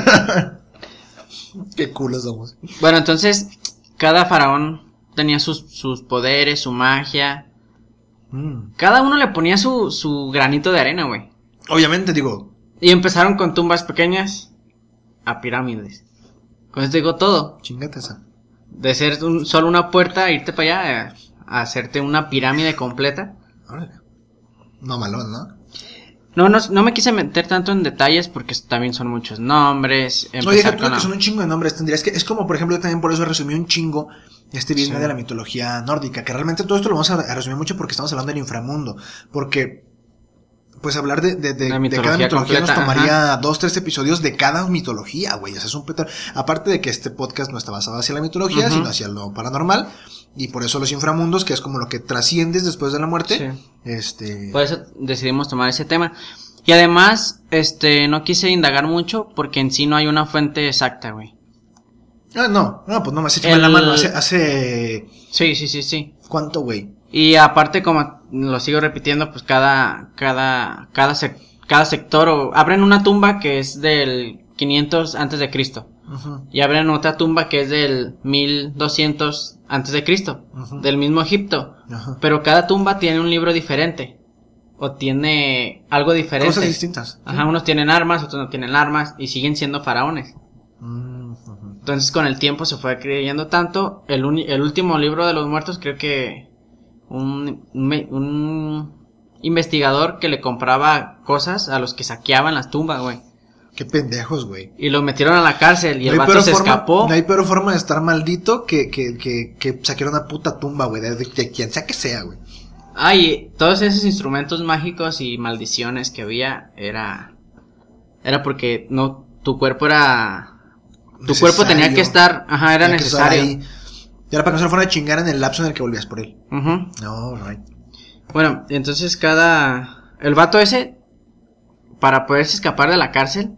Qué culos somos. Bueno, entonces, cada faraón tenía sus poderes, su magia. Cada uno le ponía su granito de arena, güey. Obviamente, digo. Y empezaron con tumbas pequeñas a pirámides. Con esto digo todo. Chingate esa. De ser solo una puerta, irte para allá, a hacerte una pirámide completa. Órale. No malón, ¿no? No me quise meter tanto en detalles porque también son muchos nombres. Oye, creo que son un chingo de nombres. Es como, por ejemplo, yo también por eso resumí un chingo viene de la mitología nórdica. Que realmente todo esto lo vamos a resumir mucho porque estamos hablando del inframundo. Porque, pues hablar de cada mitología completa, nos tomaría 2-3 episodios de cada mitología, güey. O sea, es un petar. Aparte de que este podcast no está basado hacia la mitología, sino hacia lo paranormal. Y por eso los inframundos, que es como lo que trasciendes después de la muerte. Sí. Por eso decidimos tomar ese tema. Y además, no quise indagar mucho porque en sí no hay una fuente exacta, güey. No, pues no me has hecho la mano. Hace... Sí. ¿Cuánto, güey? Y aparte, como lo sigo repitiendo, pues cada sector abren una tumba que es del 500 antes de Cristo. Y abren otra tumba que es del 1200 antes de Cristo, del mismo Egipto. Pero cada tumba tiene un libro diferente o tiene algo diferente. Cosas distintas. Unos tienen armas, otros no tienen armas y siguen siendo faraones. Entonces con el tiempo se fue creyendo tanto. El último libro de los muertos, creo que un investigador que le compraba cosas a los que saqueaban las tumbas, güey. Qué pendejos, güey. Y lo metieron a la cárcel y el vato se escapó. No hay peor forma de estar maldito que saquear una puta tumba, güey, de quien sea que sea, güey. Y todos esos instrumentos mágicos y maldiciones que había era porque tu cuerpo era... Tu cuerpo tenía que estar... era necesario. Y era para que no se fuera a chingar en el lapso en el que volvías por él. Right. Bueno, entonces el vato ese, para poderse escapar de la cárcel,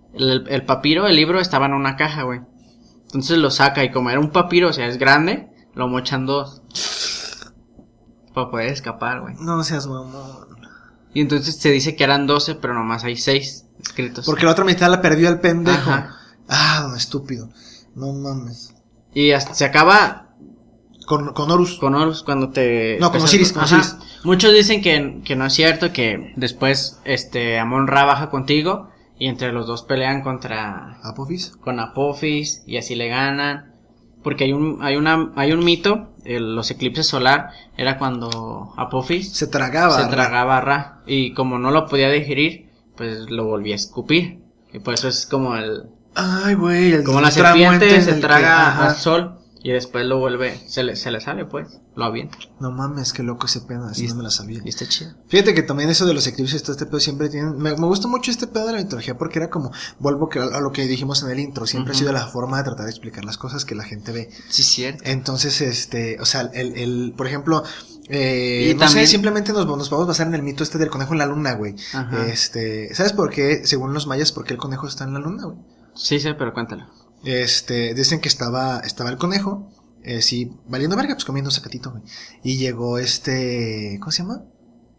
el papiro, el libro, estaba en una caja, güey. Entonces lo saca y como era un papiro, o sea, es grande, lo mochan 2. Para poder escapar, güey. No seas mamón. Y entonces se dice que eran 12, pero nomás hay 6 escritos. Porque la otra mitad la perdió el pendejo. Ajá. Ah, estúpido. No mames. Y hasta se acaba... Con Horus. Con Horus, cuando te... No, con Osiris, con Osiris. Muchos dicen que no es cierto, que después Amon-Ra baja contigo y entre los dos pelean contra... ¿Apophis? Con Apophis y así le ganan. Porque hay un mito, los eclipses solar, era cuando Apophis se tragaba a Ra. Y como no lo podía digerir, pues lo volvía a escupir. Y por eso es como Ay, güey. Como la serpiente se traga al sol. Y después lo vuelve, se le sale pues, lo avienta. No mames, qué loco ese pedo, así no me la sabía. Y está chido. Fíjate que también eso de los eclipses, todo este pedo siempre tiene, me gusta mucho este pedo de la mitología porque era como, vuelvo a lo que dijimos en el intro, siempre ha sido la forma de tratar de explicar las cosas que la gente ve. Sí, cierto. Entonces, o sea, por ejemplo, y no también... sé, simplemente nos podemos basar en el mito del conejo en la luna, güey. ¿Sabes por qué, según los mayas, por qué el conejo está en la luna, güey? Sí, pero cuéntalo. Dicen que estaba el conejo, sí, valiendo verga, pues comiendo sacatito, güey. Y llegó ¿cómo se llama?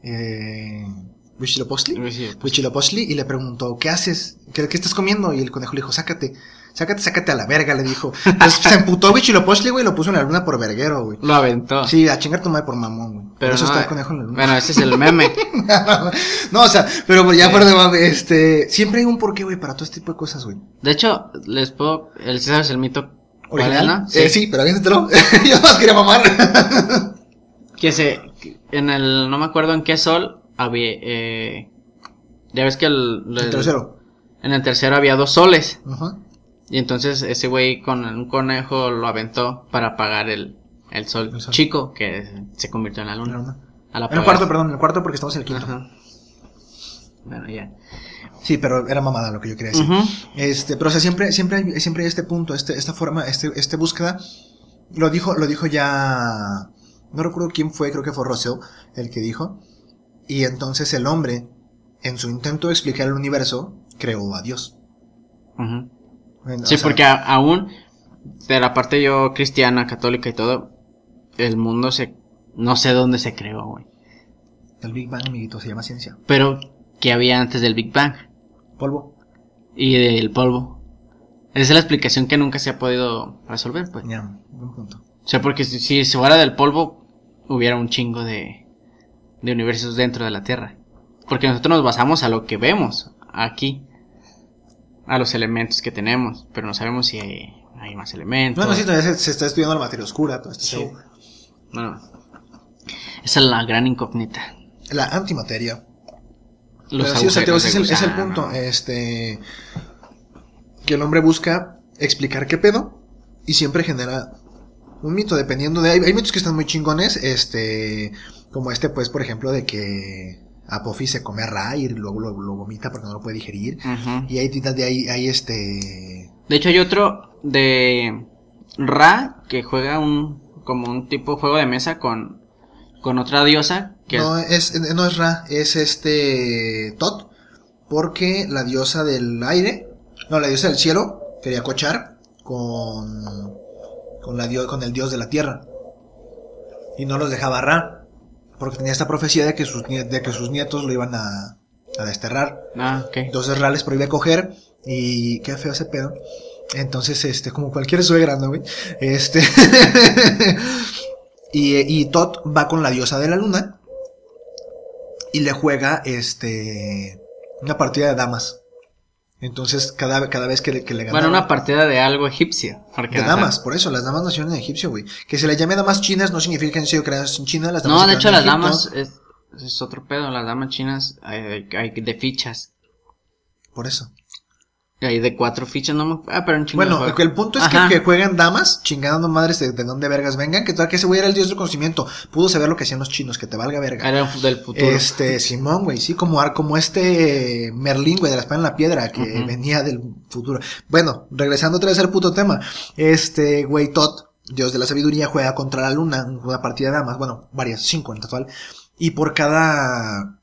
Huitzilopochtli, y le preguntó, ¿qué haces? ¿Qué estás comiendo? Y el conejo le dijo, sácate a la verga, le dijo. Entonces se emputó Huitzilopochtli, güey, y lo puso en la luna por verguero, güey. Lo aventó. Sí, a chingar tu madre por mamón, güey. Pero por eso no, está el conejo en la luna. Bueno, ese es el meme. No, o sea, pero ya por demás, siempre hay un porqué, güey, para todo este tipo de cosas, güey. De hecho, ¿sabes el mito original? ¿No? Sí, pero aviéntatelo. Yo más quería mamar. No me acuerdo en qué sol había, ya ves que el tercero. En el tercero había 2 soles. Ajá. Y entonces ese güey con un conejo lo aventó para apagar el sol chico que se convirtió en la luna. En el cuarto porque estamos en el quinto. Ajá. Bueno, ya. Sí, pero era mamada lo que yo quería decir. Pero o sea, siempre hay este punto, esta forma, esta búsqueda. Lo dijo ya, no recuerdo quién fue, creo que fue Rousseau el que dijo. Y entonces el hombre, en su intento de explicar el universo, creó a Dios. Sí, porque aún de la parte yo cristiana, católica y todo, el mundo no sé dónde se creó, güey. El Big Bang, amiguito, se llama ciencia. Pero, ¿qué había antes del Big Bang? Polvo. Y del polvo. Esa es la explicación que nunca se ha podido resolver, pues. Ya, buen punto. O sea, porque si se fuera del polvo, hubiera un chingo de universos dentro de la Tierra. Porque nosotros nos basamos a lo que vemos aquí. A los elementos que tenemos, pero no sabemos si hay más elementos. Bueno, sí, todavía se está estudiando la materia oscura, todo esto. Sí. Bueno, esa es la gran incógnita. La antimateria. Los pero sí, o sea, es el punto, que el hombre busca explicar qué pedo y siempre genera un mito dependiendo de... Hay mitos que están muy chingones, como pues, por ejemplo, de que Apophis se come a Ra y luego lo vomita porque no lo puede digerir. Y hay De hecho hay otro de Ra que juega como un tipo de juego de mesa con otra diosa que no es Ra, es Tot, porque la diosa del aire, la diosa del cielo quería cochar con el dios de la tierra y no los dejaba Ra. Porque tenía esta profecía de que sus nietos lo iban a desterrar. Okay. Entonces Ra les prohíbe coger. Y qué feo ese pedo. Entonces, como cualquier suegra, ¿no, güey? y Tot va con la diosa de la luna. Y le juega, una partida de damas. Entonces, cada vez que le ganaban... Bueno, una partida de algo egipcio. De damas, por eso, las damas nacieron en egipcio, güey. Que se les llame damas chinas no significa que han sido creadas en China. Las damas no, de hecho, las damas es otro pedo. Las damas chinas hay de fichas. Por eso. Hay de 4 fichas, pero un chingo. Bueno, el punto es que juegan damas, chingando madres de donde vergas vengan, que ese güey era el dios del conocimiento, pudo saber lo que hacían los chinos, que te valga verga. Era del futuro. Simón, güey, sí, como Merlín, güey, de la espada en la piedra, que venía del futuro. Bueno, regresando otra vez al puto tema, güey, Tot, dios de la sabiduría, juega contra la luna, una partida de damas, bueno, varias, 5 en total, y por cada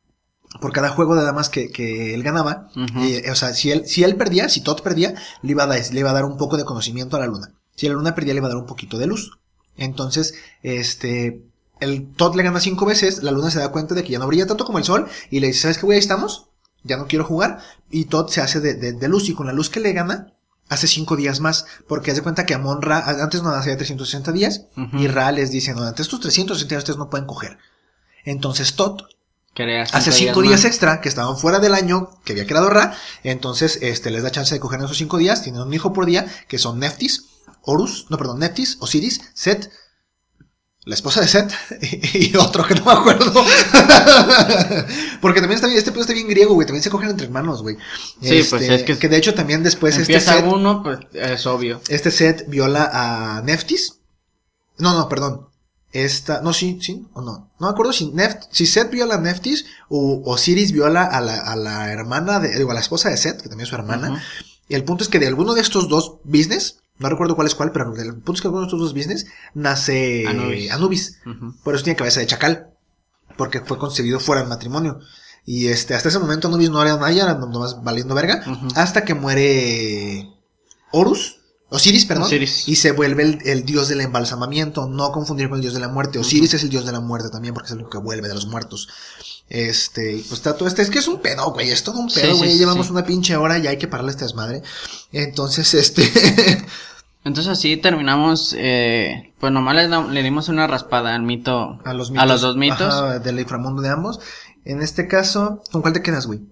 por cada juego de damas que él ganaba. O sea, si él perdía, si Todd perdía, le iba a dar un poco de conocimiento a la luna. Si la luna perdía, le iba a dar un poquito de luz. Entonces, el Todd le gana 5 veces, la luna se da cuenta de que ya no brilla tanto como el sol, y le dice, ¿sabes qué, güey? Ahí estamos, ya no quiero jugar. Y Todd se hace de luz, y con la luz que le gana, hace 5 días más, porque haz de cuenta que Amon-Ra, antes no hacía 360 días, y Ra les dice, no, antes estos 360 días ustedes no pueden coger. Entonces Todd hace 5 días extra, que estaban fuera del año que había creado Ra, entonces les da chance de coger en esos 5 días, tienen un hijo por día, que son Neftis, Osiris, Set, la esposa de Set, y otro que no me acuerdo. Porque también este pedo está bien griego, güey. También se cogen entre hermanos, güey. Sí, pues es que de hecho también después empieza Set, uno, pues es obvio. Set viola a Neftis. No, perdón. Sí, o no. No me acuerdo si Set viola a Neftis o Osiris viola a la hermana a la esposa de Set, que también es su hermana. Y el punto es que de alguno de estos dos business, no recuerdo cuál es cuál, pero el punto es que alguno de estos dos business nace Anubis. Por eso tiene cabeza de chacal, porque fue concebido fuera del matrimonio. Y hasta ese momento Anubis no era nada, nomás valiendo verga, hasta que muere Osiris, perdón, y se vuelve el dios del embalsamamiento. No confundir con el dios de la muerte. Osiris es el dios de la muerte también, porque es el que vuelve de los muertos. Pues está todo es que es un pedo, güey, es todo un pedo, güey, llevamos una pinche hora y hay que pararle a esta desmadre. Entonces, Entonces así terminamos, pues nomás le dimos una raspada al mito, a los dos mitos. Ajá, del inframundo de ambos. En este caso, ¿con cuál te quedas, güey?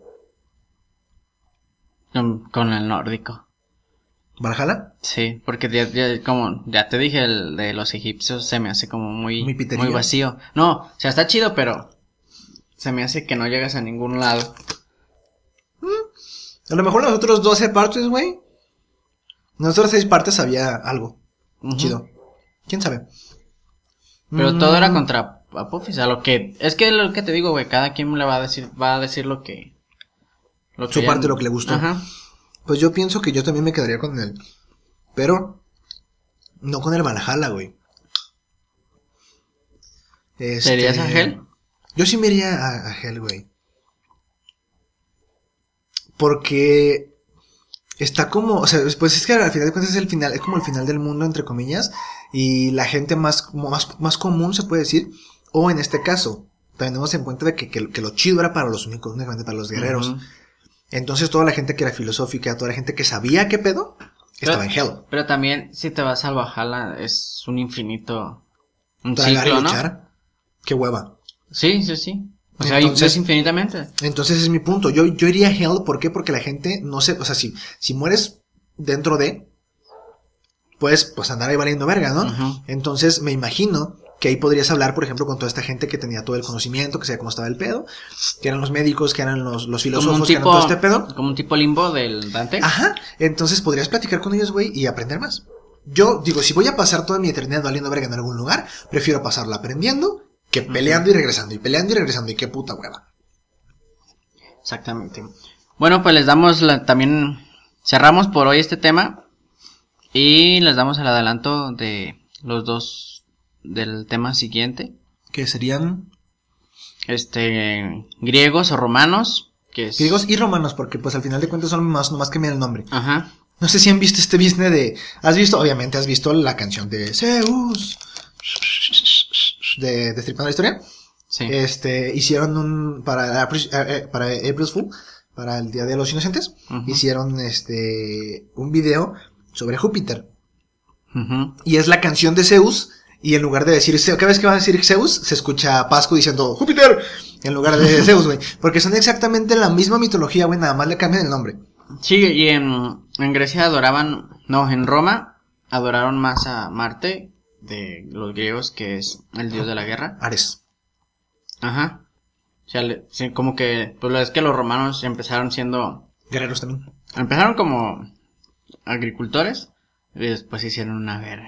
Con el nórdico. ¿Valhalla? Sí, porque como ya te dije, el de los egipcios se me hace como muy vacío. No, o sea, está chido, pero se me hace que no llegas a ningún lado. A lo mejor en las otras 12 partes, güey. En las otras 6 partes había algo chido. ¿Quién sabe? Pero todo era contra Apophis, lo que te digo, güey, cada quien le va a decir lo que su parte, lo que le gustó. Ajá. Pues yo pienso que yo también me quedaría con él, pero no con el Valhalla, güey. ¿Serías a Hel? Yo sí me iría a Hel, güey. Porque está como, o sea, pues es que al final de cuentas es el final, es como el final del mundo, entre comillas, y la gente más común, se puede decir, o en este caso, también tenemos en cuenta de que lo chido era para los únicos, únicamente para los guerreros. Entonces toda la gente que era filosófica, toda la gente que sabía qué pedo, estaba en Hell. Pero también, si te vas al Valhalla, es un infinito, un tragar ciclo, y luchar, ¿no? Qué hueva. Sí. O sea, entonces, infinitamente. Entonces es mi punto. Yo iría a Hell, ¿por qué? Porque la gente no sé, o sea, si mueres dentro de, pues andar ahí valiendo verga, ¿no? Entonces me imagino que ahí podrías hablar, por ejemplo, con toda esta gente que tenía todo el conocimiento, que sabía cómo estaba el pedo, que eran los médicos, que eran los filósofos, que eran todo este pedo. Como un tipo limbo del Dante. Ajá, entonces podrías platicar con ellos, güey, y aprender más. Yo digo, si voy a pasar toda mi eternidad valiendo verga en algún lugar, prefiero pasarla aprendiendo que peleando y regresando, y qué puta hueva. Exactamente. Bueno, pues les damos también cerramos por hoy este tema y les damos el adelanto de los dos del tema siguiente, que serían griegos o romanos, griegos y romanos, porque pues al final de cuentas son nomás cambian el nombre. Ajá. No sé si han visto este business obviamente has visto la canción de Zeus de Destripando la Historia. Sí. Hicieron para April's Fool, para el Día de los Inocentes, hicieron un video sobre Júpiter. Y es la canción de Zeus, y en lugar de decir cada vez que van a decir Zeus, se escucha a Pascu diciendo Júpiter en lugar de Zeus, güey, porque son exactamente la misma mitología, güey, nada más le cambian el nombre. Sí, y en Grecia en Roma adoraron más a Marte de los griegos, que es el dios de la guerra. Ares. Ajá. O sea, sí, como que, pues es que los romanos empezaron siendo guerreros también. Empezaron como agricultores y después hicieron una guerra.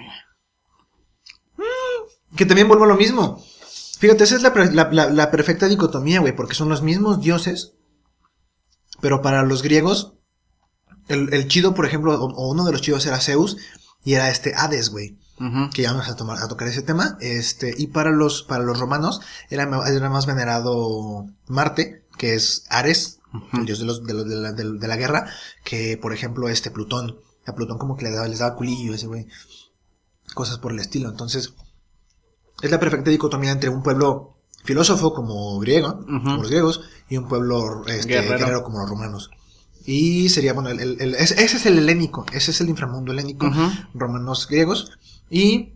Que también vuelvo a lo mismo. Fíjate, esa es la perfecta dicotomía, güey, porque son los mismos dioses, pero para los griegos el chido, por ejemplo, o uno de los chidos era Zeus y era Hades, güey. Que ya vamos a tocar ese tema. Y para los romanos era más venerado Marte, que es Ares, el dios de la guerra, que por ejemplo Plutón, a Plutón como que les daba culillo ese güey, cosas por el estilo. Entonces es la perfecta dicotomía entre un pueblo filósofo como griego, como los griegos, y un pueblo guerrero como los romanos. Y sería, bueno, ese es el helénico, ese es el inframundo helénico, romanos, griegos, y...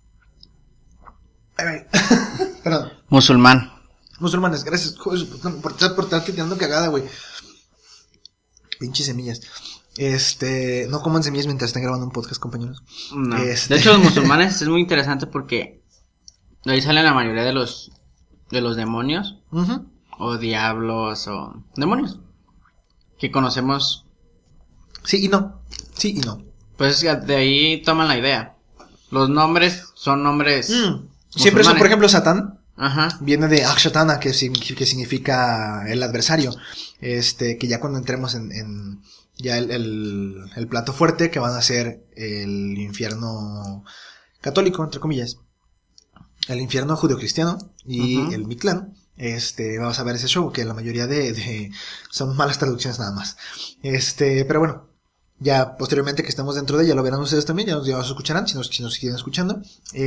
Perdón. Musulmanes, gracias, joder, por estar tirando cagada, güey. Pinches semillas. No coman semillas mientras estén grabando un podcast, compañeros. No. De hecho, los musulmanes es muy interesante porque de ahí salen la mayoría de los demonios, o diablos, o demonios que conocemos. Sí y no. Pues de ahí toman la idea. Los nombres son nombres siempre son, por ejemplo, Satán. Ajá. Viene de Akshatana, que significa el adversario. Que ya cuando entremos en ya el plato fuerte, que van a ser el infierno católico, entre comillas, el infierno judeocristiano y el Mictlán. Vamos a ver ese show, que la mayoría de son malas traducciones nada más. Pero bueno, ya posteriormente que estamos dentro de ella, lo verán ustedes también, ya nos escucharán, si nos siguen escuchando.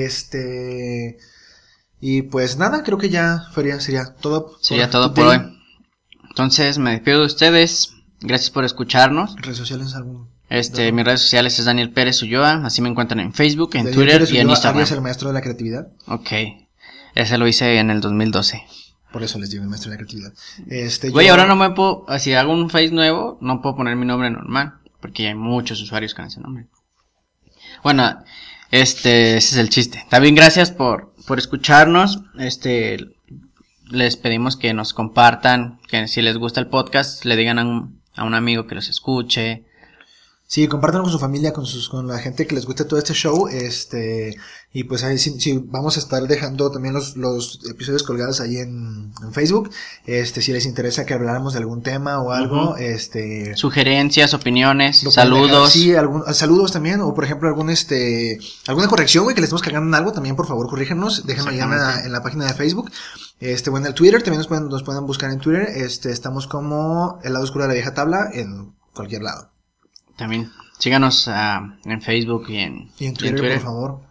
Y pues nada, creo que ya sería todo. Sería todo por hoy. Entonces me despido de ustedes. Gracias por escucharnos. ¿Redes sociales algún? Mis redes sociales es Daniel Pérez Ulloa. Así me encuentran en Facebook, en Twitter y en Instagram. ¿Es el maestro de la creatividad? Ok. Ese lo hice en el 2012. Por eso les digo el maestro de la creatividad. Güey, ahora no me puedo... Si hago un Face nuevo, no puedo poner mi nombre normal. Porque hay muchos usuarios con ese nombre. Bueno, ese es el chiste. También gracias por escucharnos. Les pedimos que nos compartan, que si les gusta el podcast, le digan a un amigo que los escuche. Sí, compártanlo con su familia, con la gente que les guste todo este show, y pues ahí sí vamos a estar dejando también los episodios colgados ahí en Facebook, si les interesa que habláramos de algún tema o algo, sugerencias, opiniones, saludos. Dejar, sí, saludos también, o por ejemplo alguna corrección, güey, que les estemos cagando en algo, también por favor corríjanos, déjenlo ahí en la página de Facebook, o en el Twitter, también nos pueden buscar en Twitter, estamos como El Lado Oscuro de la Vieja Tabla en cualquier lado. También síganos en Facebook y en Twitter, por favor.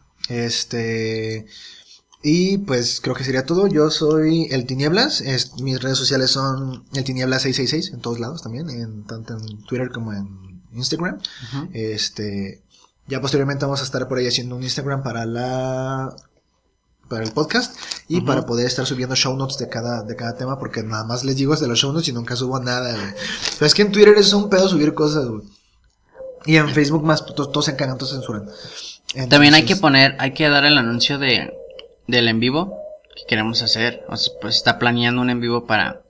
Y pues creo que sería todo. Yo soy El Tinieblas. Mis redes sociales son El Tinieblas 666 en todos lados también, tanto en Twitter como en Instagram. Ya posteriormente vamos a estar por ahí haciendo un Instagram para el podcast y para poder estar subiendo show notes de cada tema, porque nada más les digo es de los show notes y nunca subo nada, güey. Pero es que en Twitter es un pedo subir cosas, güey. Y en Facebook más, todos se encargan, todos censuran. Entonces, también hay que dar el anuncio del en vivo que queremos hacer. O sea, pues está planeando un en vivo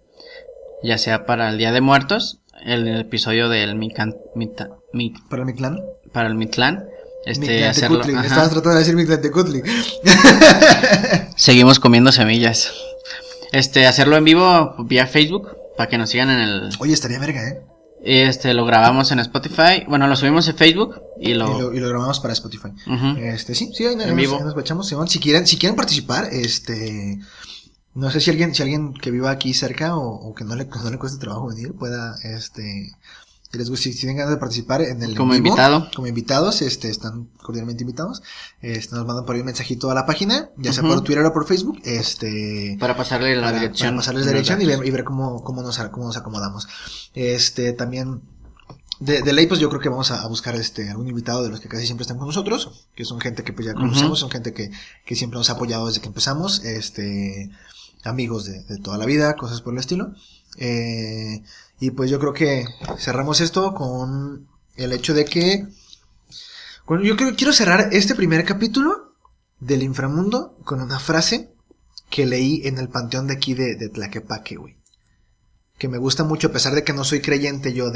ya sea para el Día de Muertos, el episodio del ¿Para el Mictlán? Para el Mictlán. Hacerlo. Estabas tratando de decir Mictlantecutli. Seguimos comiendo semillas. Hacerlo en vivo vía Facebook para que nos sigan en el... Oye, estaría verga, lo grabamos en Spotify. Bueno, lo subimos en Facebook y lo grabamos para Spotify. Sí, ahí nos echamos. Si quieren participar, no sé si alguien que viva aquí cerca o que no le cueste trabajo venir pueda, si tienen ganas de participar en el como en vivo, invitado, como invitados, están cordialmente invitados. Nos mandan por ahí un mensajito a la página, ya sea por Twitter o por Facebook, para pasarle la dirección, para pasarles la dirección y ver cómo nos acomodamos. También de ley, pues yo creo que vamos a buscar algún invitado de los que casi siempre están con nosotros, que son gente que pues ya conocemos, son gente que siempre nos ha apoyado desde que empezamos, amigos de toda la vida, cosas por el estilo. Y pues yo creo que cerramos esto con el hecho de que quiero cerrar este primer capítulo del inframundo con una frase que leí en el panteón de aquí de Tlaquepaque, güey, que me gusta mucho, a pesar de que no soy creyente yo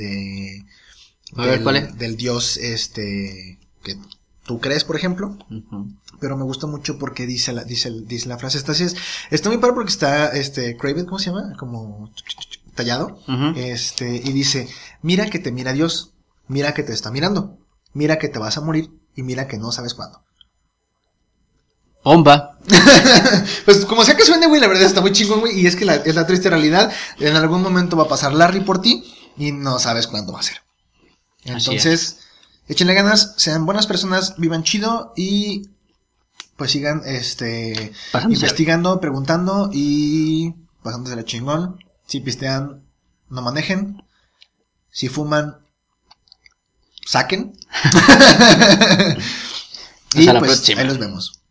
¿cuál es? Del dios que tú crees, por ejemplo. Pero me gusta mucho porque dice la frase está muy padre porque está Craven, ¿cómo se llama? Como tallado. Y dice: mira que te mira Dios, mira que te está mirando, mira que te vas a morir y mira que no sabes cuándo. Bomba. Pues como sea que suene, güey, la verdad está muy chingón, güey. Y es que es la triste realidad. En algún momento va a pasar Larry por ti y no sabes cuándo va a ser. Entonces, échenle ganas, sean buenas personas, vivan chido y pues sigan investigando, preguntando y pasándose la chingón. Si pistean, no manejen. Si fuman, saquen. Y hasta la pues próxima. ahí los vemos.